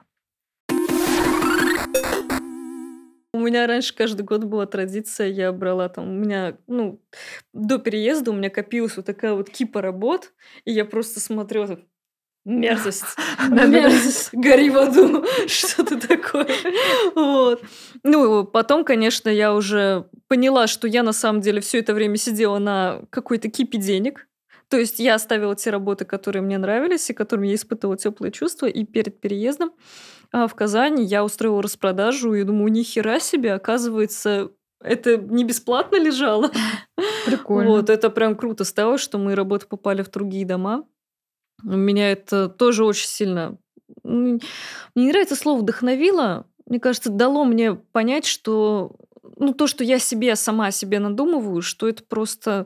У меня раньше каждый год была традиция, я брала там, у меня, ну, до переезда у меня копилась вот такая вот кипа работ, и я просто смотрю, так, мерзость, Да-да-да. мерзость, гори в аду, что-то такое. Вот. Ну, потом, конечно, я уже поняла, что я на самом деле все это время сидела на какой-то кипе денег. То есть я оставила те работы, которые мне нравились и которыми я испытывала теплые чувства, и перед переездом а, в Казань я устроила распродажу, и думаю, ни хера себе, оказывается, это не бесплатно лежало. Вот, Прикольно. это прям круто стало, что мои работы попали в другие дома. Меня это тоже очень сильно... м, Мне не нравится слово «вдохновило». Мне кажется, дало мне понять, что ну, то, что я себе сама себе надумываю, что это просто...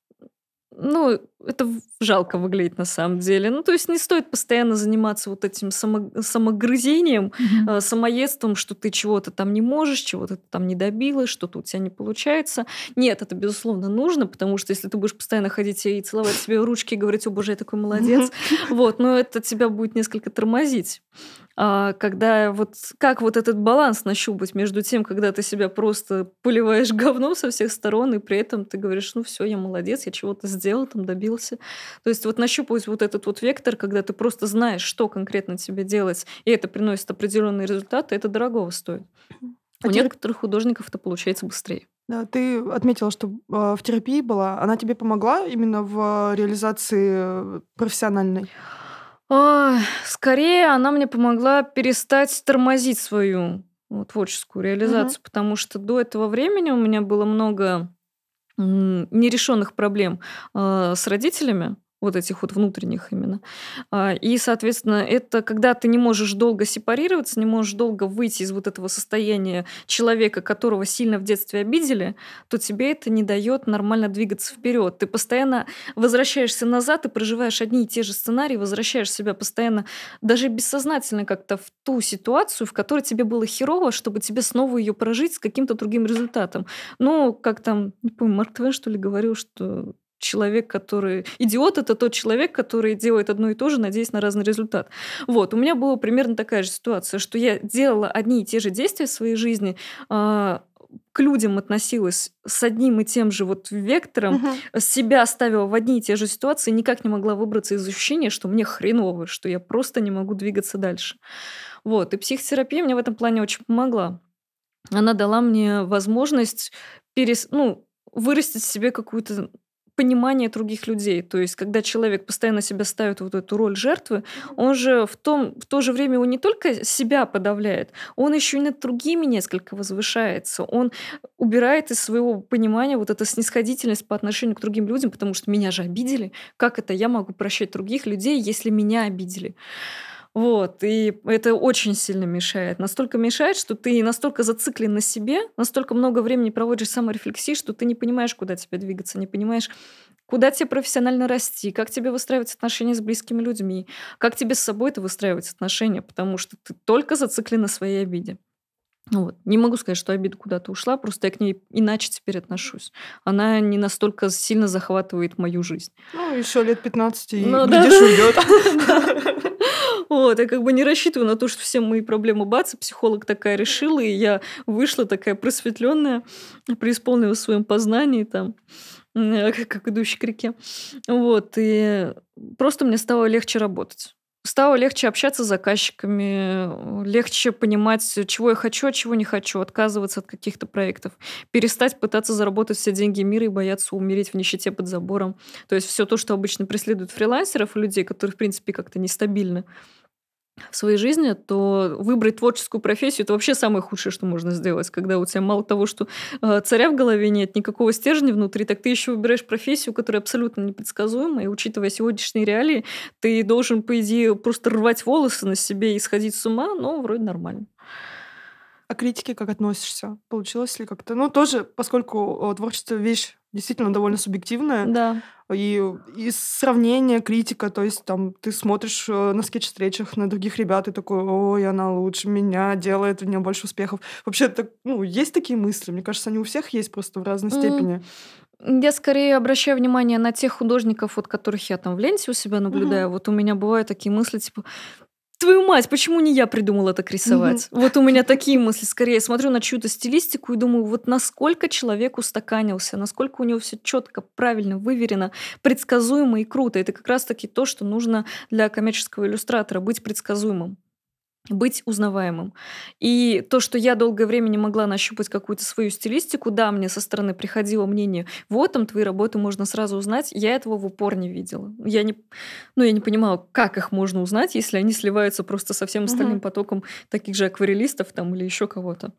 Ну, это в- жалко выглядит на самом деле. Ну, то есть не стоит постоянно заниматься вот этим само- самогрызением, Мгм. э, самоедством, что ты чего-то там не можешь, чего-то ты там не добилась, что-то у тебя не получается. Нет, это, безусловно, нужно, потому что если ты будешь постоянно ходить и целовать себе в ручки и говорить, о боже, я такой молодец, вот, но это тебя будет несколько тормозить. А, когда вот как вот этот баланс нащупать между тем, когда ты себя просто поливаешь говном со всех сторон, и при этом ты говоришь, ну все, я молодец, я чего-то сделал, там добился. То есть вот нащупывать вот этот вот вектор, когда ты просто знаешь, что конкретно тебе делать, и это приносит определенные результаты, это дорогого стоит. А У терап- некоторых художников это получается быстрее. Да, ты отметила, что а, в терапии была. Она тебе помогла именно в реализации э, профессиональной? Ай, скорее она мне помогла перестать тормозить свою вот, творческую Мгм. реализацию, потому что до этого времени у меня было много м, нерешенных проблем а, с родителями, вот этих вот внутренних именно. А, И, соответственно, это когда ты не можешь долго сепарироваться, не можешь долго выйти из вот этого состояния человека, которого сильно в детстве обидели, то тебе это не дает нормально двигаться вперед. Ты постоянно возвращаешься назад и проживаешь одни и те же сценарии, возвращаешь себя постоянно, даже бессознательно как-то в ту ситуацию, в которой тебе было херово, чтобы тебе снова ее прожить с каким-то другим результатом. Ну, как там, не помню, Марк Твен, что ли, говорил, что человек, который... Идиот — это тот человек, который делает одно и то же, надеясь на разный результат. Вот, у меня была примерно такая же ситуация, что я делала одни и те же действия в своей жизни, а, к людям относилась с одним и тем же вот вектором, Мгм. себя ставила в одни и те же ситуации, никак не могла выбраться из ощущения, что мне хреново, что я просто не могу двигаться дальше. Вот, и психотерапия мне в этом плане очень помогла. Она дала мне возможность перес... ну, вырастить в себе какое-то понимание других людей. То есть, когда человек постоянно себя ставит в вот эту роль жертвы, он же в, том, в то же время он не только себя подавляет, он еще и над другими несколько возвышается. Он убирает из своего понимания вот эту снисходительность по отношению к другим людям, потому что меня же обидели. Как это я могу прощать других людей, если меня обидели? Вот, и это очень сильно мешает. Настолько мешает, что ты настолько зациклен на себе, настолько много времени проводишь в саморефлексии, что ты не понимаешь, куда тебе двигаться, не понимаешь, куда тебе профессионально расти, как тебе выстраивать отношения с близкими людьми, как тебе с собой это выстраивать отношения, потому что ты только зациклен на своей обиде. Вот. Не могу сказать, что обида куда-то ушла, просто я к ней иначе теперь отношусь. Она не настолько сильно захватывает мою жизнь. Ну, еще лет пятнадцать, и, Ну глядишь, да-да. уйдет. Вот, я как бы не рассчитываю на то, что все мои проблемы бац, и психолог такая решила, и я вышла такая просветленная, преисполнилась в своем познании там, м, как как идущий к реке. Вот, и просто мне стало легче работать. Стало легче общаться с заказчиками, э, легче понимать, чего я хочу, а чего не хочу, отказываться от каких-то проектов, перестать пытаться заработать все деньги мира и бояться умереть в нищете под забором. То есть все то, что обычно преследует фрилансеров и людей, которые, в принципе, как-то нестабильны в своей жизни, то выбрать творческую профессию — это вообще самое худшее, что можно сделать. Когда у тебя мало того, что э, царя в голове нет, никакого стержня внутри, так ты еще выбираешь профессию, которая абсолютно непредсказуема, и, учитывая сегодняшние реалии, ты должен, по идее, просто рвать волосы на себе и сходить с ума, но вроде нормально. А к критике как относишься? Получилось ли как-то? Ну, тоже, поскольку э, творчество — вещь действительно довольно субъективная, Да. и, и сравнение, критика, то есть там ты смотришь э, на скетч-встречах на других ребят и такой: ой, она лучше меня делает, у нее больше успехов. Вообще, так, ну, есть такие мысли? Мне кажется, они у всех есть, просто в разной М, степени. Я скорее обращаю внимание на тех художников, вот которых я там в ленте у себя Мгм. наблюдаю. Вот у меня бывают такие мысли, типа, твою мать, почему не я придумала так Мгм. рисовать? Вот у меня такие мысли скорее. Я смотрю на чью-то стилистику и думаю, вот насколько человек устаканился, насколько у него все четко, правильно, выверено, предсказуемо и круто. Это как раз-таки то, что нужно для коммерческого иллюстратора — быть предсказуемым, быть узнаваемым. И то, что я долгое время не могла нащупать какую-то свою стилистику, да, мне со стороны приходило мнение, вот там твои работы можно сразу узнать, я этого в упор не видела. Я не, ну, я не понимала, как их можно узнать, если они сливаются просто со всем остальным Мгм. потоком таких же акварелистов там или еще кого-то.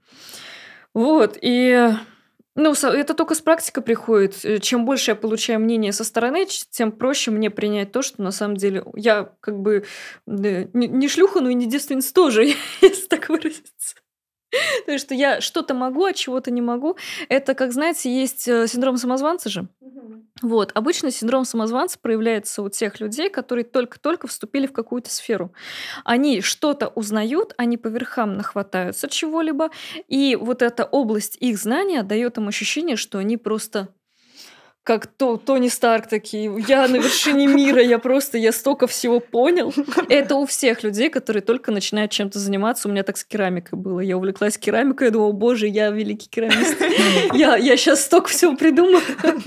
Вот, и ну, со- это только с практикой приходит. Э, Чем больше я получаю мнение со стороны, ч- тем проще мне принять то, что на самом деле я как бы да, не, не шлюха, но и не девственница тоже, если так выразиться. То есть, что я что-то могу, а чего-то не могу. Это, как знаете, есть э, синдром самозванца же. Мгм. Вот, обычно синдром самозванца проявляется у тех людей, которые только-только вступили в какую-то сферу. Они что-то узнают, они по верхам нахватаются чего-либо, и вот эта область их знания дает им ощущение, что они просто как то, Тони Старк такие, я на вершине мира, я просто, я столько всего понял. Это у всех людей, которые только начинают чем-то заниматься. У меня так с керамикой было. Я увлеклась керамикой, я думала, боже, я великий керамист. Я, я сейчас столько всего придумаю.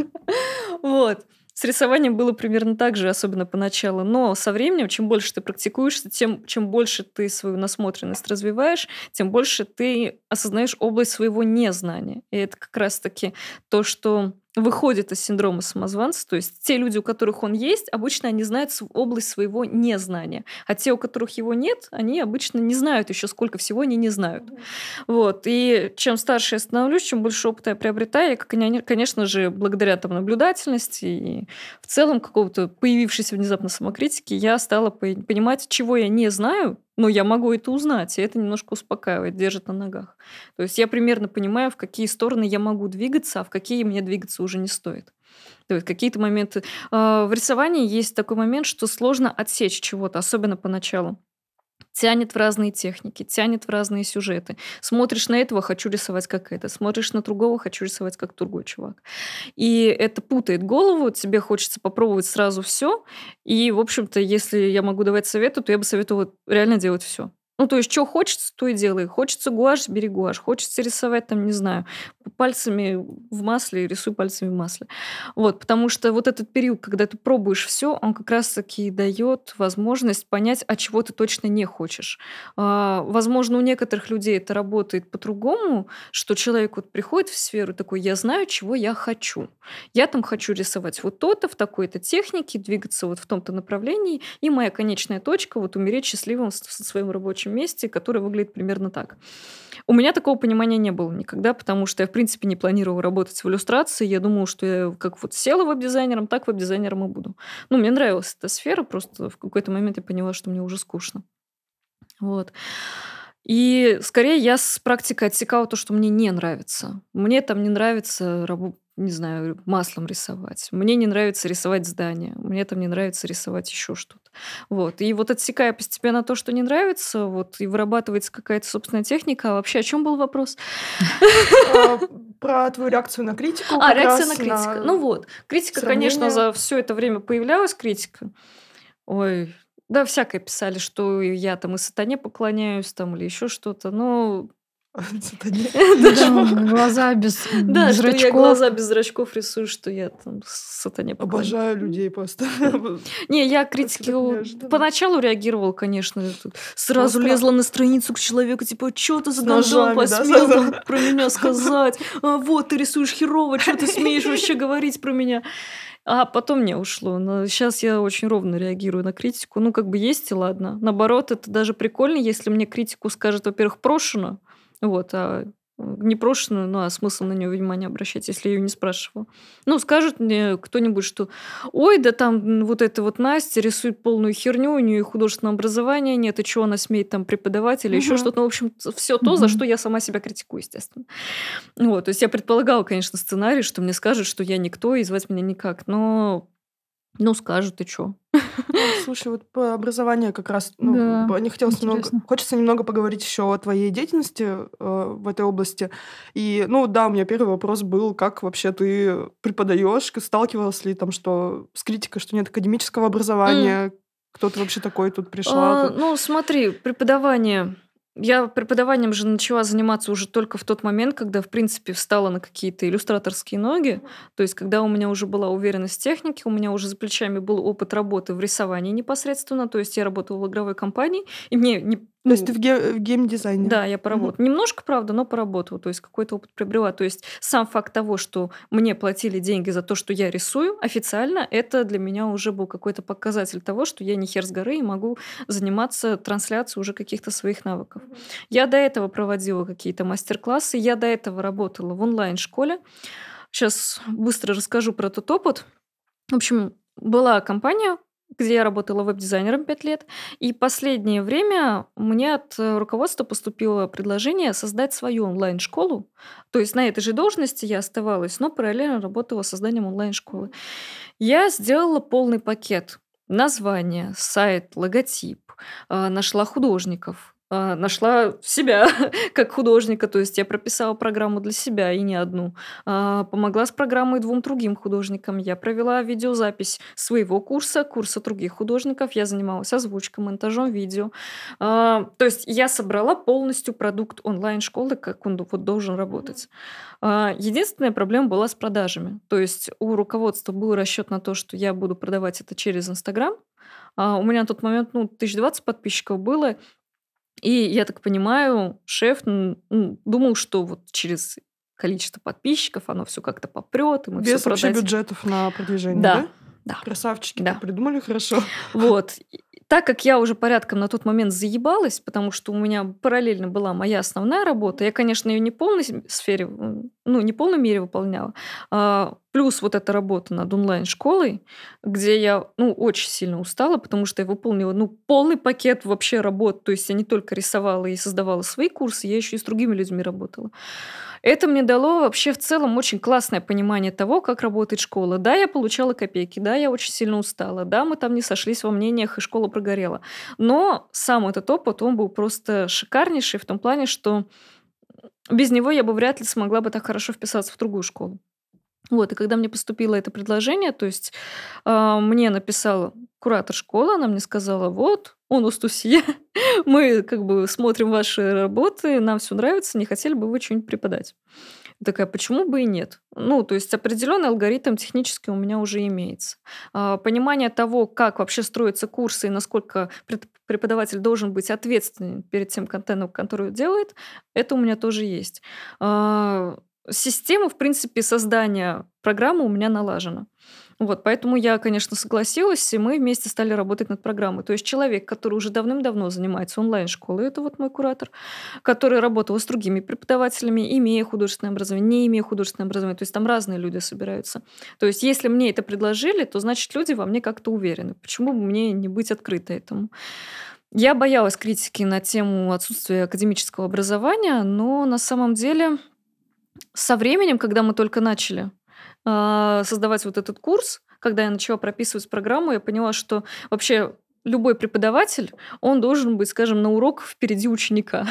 Вот. С рисованием было примерно так же, особенно поначалу. Но со временем, чем больше ты практикуешься, тем чем больше ты свою насмотренность развиваешь, тем больше ты осознаешь область своего незнания. И это как раз-таки то, что выходит из синдрома самозванца. То есть те люди, у которых он есть, обычно они знают св- область своего незнания. А те, у которых его нет, они обычно не знают еще, сколько всего они не знают. Вот. И чем старше я становлюсь, чем больше опыта я приобретаю, и, коня- конечно же, благодаря там, наблюдательности и в целом какого-то появившейся внезапно самокритики, я стала по- понимать, чего я не знаю, но я могу это узнать, и это немножко успокаивает, держит на ногах. То есть я примерно понимаю, в какие стороны я могу двигаться, а в какие мне двигаться уже не стоит. То есть какие-то моменты. А, В рисовании есть такой момент, что сложно отсечь чего-то, особенно поначалу. Тянет в разные техники, тянет в разные сюжеты. Смотришь на этого — хочу рисовать как это. Смотришь на другого — хочу рисовать как другой чувак. И это путает голову, тебе хочется попробовать сразу все. И, в общем-то, если я могу давать советы, то я бы советовала реально делать все. Ну, то есть, что хочется, то и делай. Хочется гуашь — бери гуашь. Хочется рисовать, там, не знаю, пальцами в масле — рисуй пальцами в масле. Вот, потому что вот этот период, когда ты пробуешь все, он как раз-таки дает возможность понять, а чего ты точно не хочешь. А, возможно, у некоторых людей это работает по-другому, что человек вот приходит в сферу такой: я знаю, чего я хочу. Я там хочу рисовать вот то-то, в такой-то технике, двигаться вот в том-то направлении, и моя конечная точка — вот умереть счастливым в с- в своем рабочем месте, которое выглядит примерно так. У меня такого понимания не было никогда, потому что я, в принципе, не планировала работать в иллюстрации. Я думала, что я как вот села веб-дизайнером, так веб-дизайнером и буду. Ну, мне нравилась эта сфера, просто в какой-то момент я поняла, что мне уже скучно. Вот. И скорее я с практикой отсекала то, что мне не нравится. Мне там не нравится рабо- не знаю, маслом рисовать. Мне не нравится рисовать здания. Мне там не нравится рисовать еще что-то. Вот. И вот отсекая постепенно то, что не нравится, вот, и вырабатывается какая-то собственная техника. А вообще о чем был вопрос? А, Про твою реакцию на критику. А, как реакция на раз критику. Ну вот. Критика, конечно, сравнение. за все это время появлялась критика. Ой, да, всякое писали, что я там и сатане поклоняюсь, там, или еще что-то. Но Сатане. Да, глаза без да, что я зрачков. глаза без зрачков рисую, что я там сатане поклоняюсь. Обожаю людей просто. Не, я Так критики неожиданно. поначалу реагировала, конечно. это Сразу Остро. лезла на страницу к человеку, типа, что ты за С гандон ножами, да, посмел сразу? там про меня сказать? А, вот, ты рисуешь херово, что ты смеешь вообще говорить про меня? А потом не ушло. Но сейчас я очень ровно реагирую на критику. Ну, как бы есть и ладно. Наоборот, это даже прикольно, если мне критику скажет, во-первых, прошено, вот, а непрошенную, ну, а смысл на нее внимание обращать, если я ее не спрашивала. Ну, скажет мне кто-нибудь, что ой, да там м, вот эта вот Настя рисует полную херню, у нее и художественного образования нет, и что она смеет там преподавать или еще Мгм. что-то. Ну, в общем, все то, за Мгм. что я сама себя критикую, естественно. Вот, то есть я предполагала, конечно, сценарий, что мне скажут, что я никто, и звать меня никак, но ну, скажут, и что? Ну, слушай, вот по образованию как раз, ну, Да, б- не хотелось немного, интересно. хочется немного поговорить еще о твоей деятельности э, в этой области. И, ну, да, у меня первый вопрос был, как вообще ты преподаешь, к- сталкивалась ли там, что с критикой, что нет академического М. образования, кто ты вообще такой тут пришла? А, тут? ну, смотри, преподавание. Я преподаванием же начала заниматься уже только в тот момент, когда, в принципе, встала на какие-то иллюстраторские ноги. То есть, когда у меня уже была уверенность в технике, у меня уже за плечами был опыт работы в рисовании непосредственно. То есть, я работала в игровой компании, и мне не, То есть ты ну, в, ге- в геймдизайне? да, я Мгм. поработала. Немножко, правда, но поработала. То есть какой-то опыт приобрела. То есть сам факт того, что мне платили деньги за то, что я рисую, официально, это для меня уже был какой-то показатель того, что я не хер с горы и могу заниматься трансляцией уже каких-то своих навыков. Я до этого проводила какие-то мастер-классы, я до этого работала в онлайн-школе. Сейчас быстро расскажу про тот опыт. В общем, была компания, где я работала веб-дизайнером пять лет, и последнее время мне от э, руководства поступило предложение создать свою онлайн-школу. То есть на этой же должности я оставалась, но параллельно работала с созданием онлайн-школы. Я сделала полный пакет. Название, сайт, логотип, а, нашла художников, а, нашла себя как художника, то есть я прописала программу для себя и не одну. А, Помогла с программой двум другим художникам. Я провела видеозапись своего курса, курса других художников. Я занималась озвучкой, монтажом видео. А, То есть я собрала полностью продукт онлайн-школы, как он вот должен работать. А, Единственная проблема была с продажами. То есть у руководства был расчет на то, что я буду продавать это через Инстаграм. А У меня на тот момент ну, тысяча двадцать подписчиков было, и я так понимаю, шеф м, м, думал, что вот через количество подписчиков оно все как-то попрет, и мы все Без вообще продадим. бюджетов на продвижение, Да, да? да, Красавчики, да. так придумали хорошо. Вот. И Так как я уже порядком на тот момент заебалась, потому что у меня параллельно была моя основная работа, я, конечно, ее не в полной с- сфере, м, ну, не в полной мере выполняла, а, плюс вот эта работа над онлайн-школой, где я, ну, очень сильно устала, потому что я выполнила, ну, полный пакет вообще работ, то есть я не только рисовала и создавала свои курсы, я еще и с другими людьми работала. Это мне дало вообще в целом очень классное понимание того, как работает школа. Да, я получала копейки, да, я очень сильно устала, да, мы там не сошлись во мнениях, и школа прогорела. Но сам этот опыт, он был просто шикарнейший в том плане, что без него я бы вряд ли смогла бы так хорошо вписаться в другую школу. Вот, и когда мне поступило это предложение, то есть а, мне написала куратор школы, она мне сказала, вот, он Устусье, мы как бы смотрим ваши работы, нам все нравится, не хотели бы вы что-нибудь преподать? Я такая, почему бы и нет? Ну, то есть определенный алгоритм технически у меня уже имеется. А, Понимание того, как вообще строятся курсы и насколько пред- преподаватель должен быть ответственен перед тем контентом, который делает, это у меня тоже есть. А, Система, в принципе, создания программы у меня налажена. Вот, поэтому я, конечно, согласилась, и мы вместе стали работать над программой. То есть человек, который уже давным-давно занимается онлайн-школой, это вот мой куратор, который работал с другими преподавателями, имея художественное образование, не имея художественное образование. То есть там разные люди собираются. То есть если мне это предложили, то значит люди во мне как-то уверены. Почему бы мне не быть открытой этому? Я боялась критики на тему отсутствия академического образования, но на самом деле со временем, когда мы только начали, а, создавать вот этот курс, когда я начала прописывать программу, я поняла, что вообще любой преподаватель, он должен быть, скажем, на урок впереди ученика.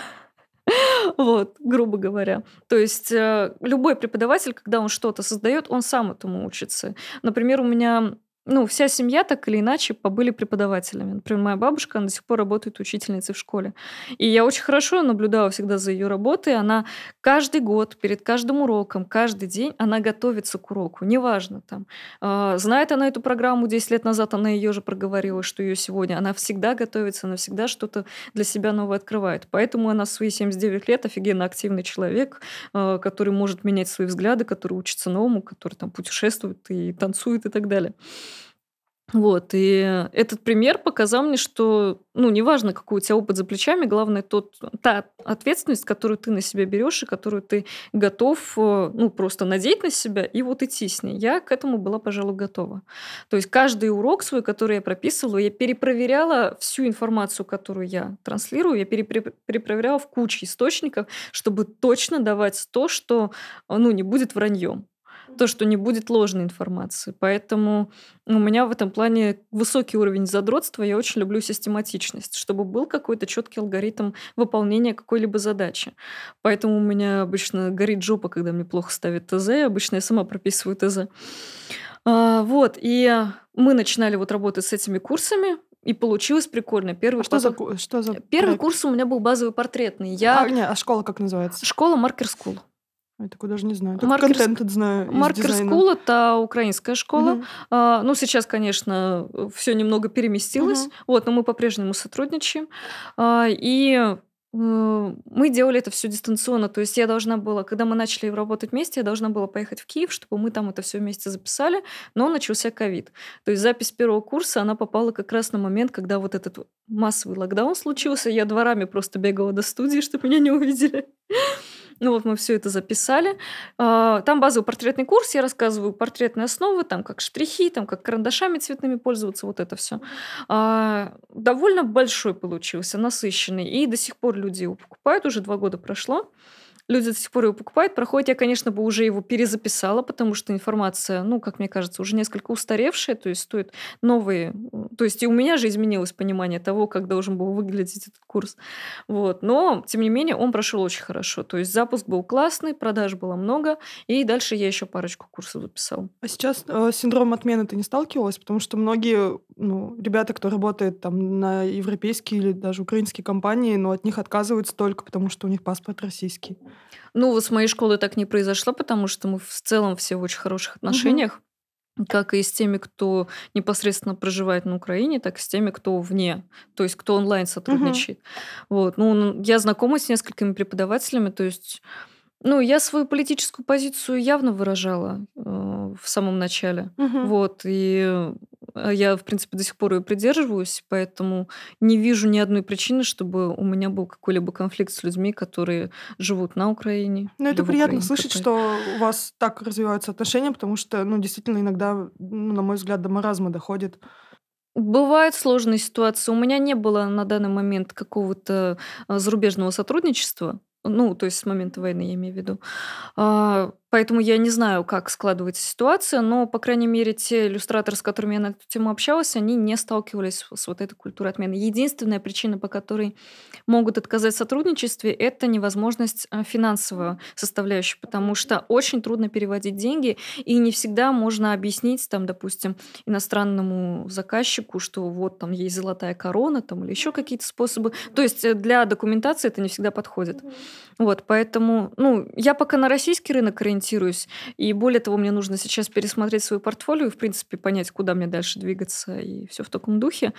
Вот, грубо говоря. То есть э, любой преподаватель, когда он что-то создает, он сам этому учится. Например, у меня ну, вся семья так или иначе побыли преподавателями. Например, моя бабушка, она до сих пор работает учительницей в школе. И я очень хорошо наблюдала всегда за ее работой. Она каждый год, перед каждым уроком, каждый день она готовится к уроку. Неважно там. э, знает она эту программу десять лет назад, она ее же проговорила, что ее сегодня. Она всегда готовится, она всегда что-то для себя новое открывает. Поэтому она в свои семьдесят девять лет офигенно активный человек, э, который может менять свои взгляды, который учится новому, который там путешествует и танцует и так далее. Вот, и этот пример показал мне, что, ну, неважно, какой у тебя опыт за плечами, главное тот, та ответственность, которую ты на себя берешь и которую ты готов, э, ну, просто надеть на себя и вот идти с ней. Я к этому была, пожалуй, готова. То есть каждый урок свой, который я прописывала, я перепроверяла всю информацию, которую я транслирую, я перепре- перепроверяла в куче источников, чтобы точно давать то, что, э, ну, не будет враньем. То, что не будет ложной информации. Поэтому у меня в этом плане высокий уровень задротства. Я очень люблю систематичность, чтобы был какой-то четкий алгоритм выполнения какой-либо задачи. Поэтому у меня обычно горит жопа, когда мне плохо ставят ТЗ. Обычно я сама прописываю ТЗ. А, вот, и мы начинали вот работать с этими курсами, и получилось прикольно. Первый, А что за, потом- ку- что за Первый проект? курс у меня был базовый портретный. А, Я... не, а школа как называется? Школа Marker School. Я такой даже не знаю. Только Маркер, контент знаю из Маркер дизайна. School это украинская школа. Мгм. А, ну, сейчас, конечно, все немного переместилось, Мгм. вот, но мы по-прежнему сотрудничаем. А, и э, мы делали это все дистанционно. То есть я должна была, когда мы начали работать вместе, я должна была поехать в Киев, чтобы мы там это все вместе записали, но начался ковид. То есть запись первого курса, она попала как раз на момент, когда вот этот массовый локдаун случился. Я дворами просто бегала до студии, чтобы меня не увидели. Ну вот мы все это записали. А, Там базовый портретный курс, я рассказываю портретные основы, там как штрихи, там как карандашами цветными пользоваться, вот это все. Довольно большой получился, насыщенный. И до сих пор люди его покупают, уже два года прошло. Люди до сих пор его покупают, проходят. Я, конечно, бы уже его перезаписала, потому что информация, ну, как мне кажется, уже несколько устаревшая, то есть стоит новые... м, То есть и у меня же изменилось понимание того, как должен был выглядеть этот курс. Вот. Но, тем не менее, он прошел очень хорошо. То есть запуск был классный, продаж было много, и дальше я еще парочку курсов записала. А сейчас э, с синдромом отмены ты не сталкивалась? Потому что многие ну, ребята, кто работает там на европейские или даже украинские компании, но от них отказываются только потому, что у них паспорт российский. Ну, вот с моей школой так не произошло, потому что мы в целом все в очень хороших Мгм. отношениях. Как и с теми, кто непосредственно проживает на Украине, так и с теми, кто вне, то есть кто онлайн Мгм. сотрудничает. Вот. Ну, н- я знакома с несколькими преподавателями, то есть, ну, я свою политическую позицию явно выражала э, в самом начале. Мгм. Вот. И э, я, в принципе, до сих пор ее придерживаюсь, поэтому не вижу ни одной причины, чтобы у меня был какой-либо конфликт с людьми, которые живут на Украине Ну, или это в приятно Украине. слышать, как бы. что у вас так развиваются отношения, потому что, ну, действительно, иногда, ну, на мой взгляд, до маразма доходит. Бывают сложные ситуации. У меня не было на данный момент какого-то а, зарубежного сотрудничества. Ну, то есть с момента войны, я имею в виду. А, Поэтому я не знаю, как складывается ситуация, но, по крайней мере, те иллюстраторы, с которыми я на эту тему общалась, они не сталкивались с вот этой культурой отмены. Единственная причина, по которой могут отказать в сотрудничестве, это невозможность а, финансовой составляющей, потому что очень трудно переводить деньги, и не всегда можно объяснить, там, допустим, иностранному заказчику, что вот там есть золотая корона там, или еще какие-то способы. То есть э, для документации это не всегда подходит. Вот, поэтому, ну, я пока на российский рынок ориентируюсь, и более того, мне нужно сейчас пересмотреть свое портфолио и, в принципе, понять, куда мне дальше двигаться, и все в таком духе.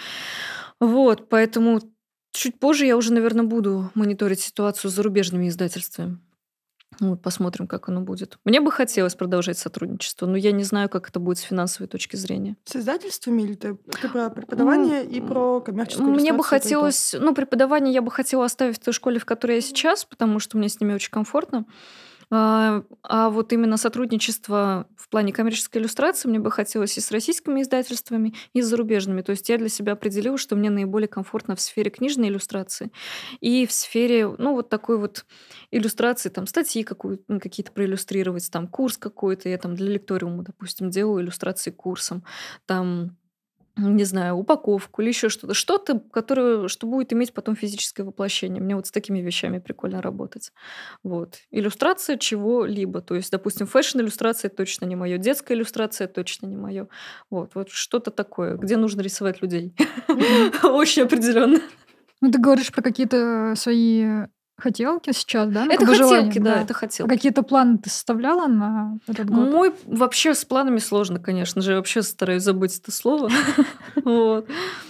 Вот, поэтому чуть позже я уже, наверное, буду мониторить ситуацию с зарубежными издательствами. Вот, посмотрим, как оно будет. Мне бы хотелось продолжать сотрудничество, но я не знаю, как это будет с финансовой точки зрения. С издательствами или ты, ты про преподавание и М, про коммерческую Мне бы иллюстрацию, и то, и то? хотелось, ну, преподавание я бы хотела оставить в той школе, в которой я сейчас, потому что мне с ними очень комфортно. А, а вот именно сотрудничество в плане коммерческой иллюстрации мне бы хотелось и с российскими издательствами, и с зарубежными. То есть я для себя определила, что мне наиболее комфортно в сфере книжной иллюстрации и в сфере, ну, вот такой вот иллюстрации, там, статьи какую- ну, какие-то проиллюстрировать, там, курс какой-то, я там для лекториума, допустим, делаю иллюстрации к курсам, там, не знаю, упаковку или еще что-то. Что-то, которое, что будет иметь потом физическое воплощение. Мне вот с такими вещами прикольно работать. Вот. Иллюстрация чего-либо. То есть, допустим, фэшн-иллюстрация точно не мое, детская иллюстрация точно не мое. Вот, вот что-то такое, где нужно рисовать людей. Очень определенно. Ну, ты говоришь про какие-то свои хотелки сейчас, да? Ну, Это как бы желания, хотелки, да, да. это А хотелки. какие-то планы ты составляла на этот год? Мой вообще с планами сложно, конечно же. Я вообще стараюсь забыть это слово. Вот.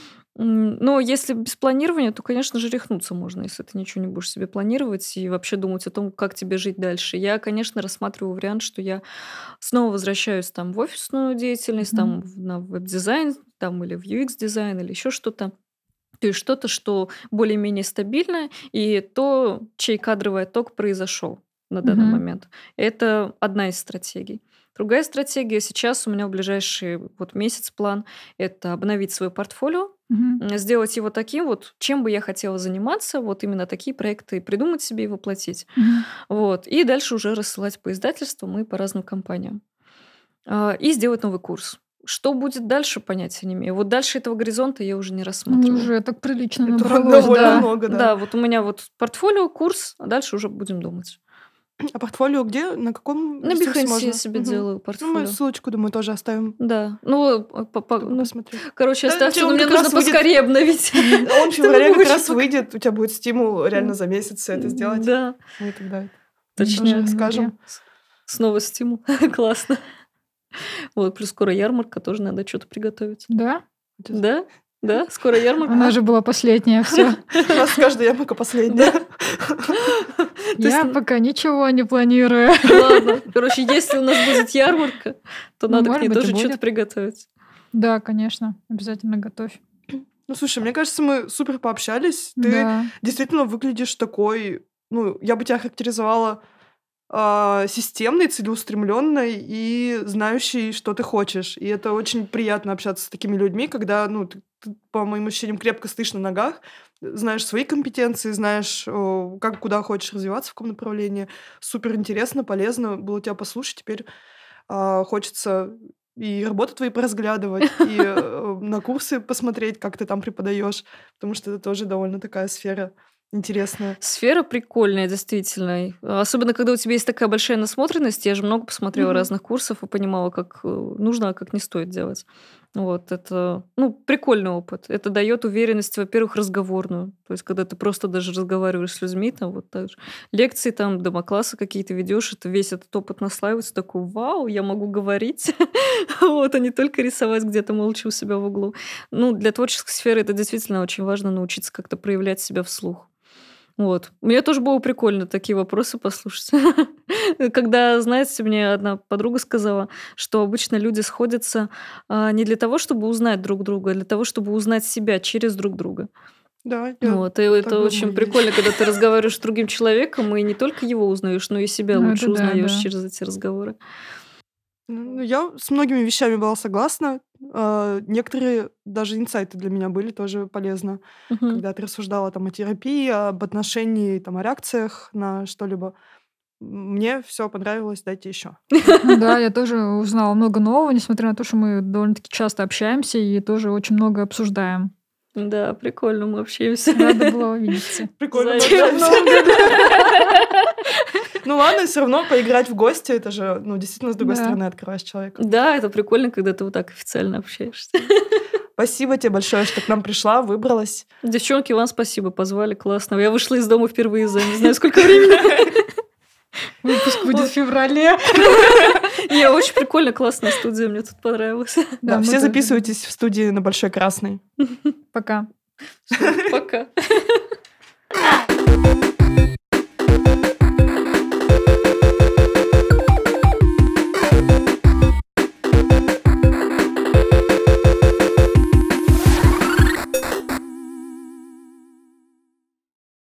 М, Но если без планирования, то, конечно же, рехнуться можно, если ты ничего не будешь себе планировать и вообще думать о том, как тебе жить дальше. Я, конечно, рассматриваю вариант, что я снова возвращаюсь там в офисную деятельность, там Мгм. в- на веб-дизайн, там или в ю экс-дизайн, или еще что-то. То есть что-то, что более-менее стабильное, и то, чей кадровый отток произошел на данный Мгм. момент. Это одна из стратегий. Другая стратегия сейчас у меня в ближайший вот месяц план– это обновить свое портфолио, Мгм. м, сделать его таким вот, чем бы я хотела заниматься, вот именно такие проекты придумать себе и воплотить. Мгм. Вот. И дальше уже рассылать по издательствам и по разным компаниям. А, И сделать новый курс. Что будет дальше, понятия не имею. Вот дальше этого горизонта я уже не Ну, рассматриваю. уже так прилично Это набралось, довольно да. много, да. Да, вот у меня вот портфолио, курс, а дальше уже будем думать. А портфолио где? На каком На ресурсе Behance можно? я себе Мгм. делаю Ну, мы портфолио. ссылочку, думаю, тоже оставим, Да. Ну, э, по- по- чтобы ну, посмотреть. короче, Да, оставьте, тебе но он мне как нужно раз выйдет- поскорее обновить. Он в феврале как Очень раз пока- выйдет, у тебя будет стимул реально за месяц всё это сделать. Да, Мы тогда точнее. тоже расскажем. С- Снова стимул. Классно. Вот, плюс скоро ярмарка, тоже надо что-то приготовить. Да? Да? Да, скоро ярмарка. Она же была последняя, все. У нас каждая ярмарка последняя. Я есть- пока ничего не планирую. Ладно. Короче, если у нас будет ярмарка, то Ну, надо к может ней быть, и тоже что-то будет. приготовить. Да, конечно, обязательно готовь. Ну, слушай, мне кажется, мы супер пообщались. Ты Да. действительно выглядишь такой, ну, я бы тебя характеризовала а, системной, целеустремленной и знающей, что ты хочешь. И это очень приятно общаться с такими людьми, когда, ну, ты, ты, по моим ощущениям, крепко стоишь на ногах, знаешь свои компетенции, знаешь, о, как, куда хочешь развиваться, в каком направлении. Супер интересно, полезно было тебя послушать. Теперь а, хочется и работы твои поразглядывать, и э, на курсы посмотреть, как ты там преподаешь, потому что это тоже довольно такая сфера интересная. Сфера прикольная, действительно. И особенно, когда у тебя есть такая большая насмотренность. Я же много посмотрела Мгм. разных курсов и понимала, как э, нужно, а как не стоит делать. Вот это, ну, прикольный опыт. Это дает уверенность, во-первых, разговорную. То есть, когда ты просто даже разговариваешь с людьми, там вот так же. Лекции, там, домоклассы какие-то ведешь, это весь этот опыт наслаивается, такой, вау, я могу говорить. Вот, а не только рисовать где-то молча у себя в углу. Ну, для творческой сферы это действительно очень важно научиться как-то проявлять себя вслух. Вот. Мне тоже было прикольно такие вопросы послушать. Когда, знаете, мне одна подруга сказала, что обычно люди сходятся а, не для того, чтобы узнать друг друга, а для того, чтобы узнать себя через друг друга. Да, я Вот. И это думаю, очень есть. прикольно, когда ты разговариваешь с другим человеком, и не только его узнаешь, но и себя Ну, лучше это да, узнаешь да. через эти разговоры. Ну, я с многими вещами была согласна. А, некоторые даже инсайты для меня были тоже полезно, Мгм. когда ты рассуждала там о терапии, об отношении, там, о реакциях на что-либо. Мне все понравилось, дайте еще. Ну да, я тоже узнала много нового, несмотря на то, что мы довольно-таки часто общаемся и тоже очень много обсуждаем. Да, прикольно, мы общаемся. Рада была увидеться. Прикольно. Зачем? Ну ладно, все равно поиграть в гости, это же, ну, действительно, с другой Да. стороны открываешь человека. Да, это прикольно, когда ты вот так официально общаешься. Спасибо тебе большое, что к нам пришла, выбралась. Девчонки, вам спасибо, позвали, классно. Я вышла из дома впервые за не знаю сколько времени. Выпуск будет в феврале. Не, очень прикольно, классная студия, мне тут понравилось. Да, мы все тоже. записывайтесь в студии на Большой Красной. Пока. Пока.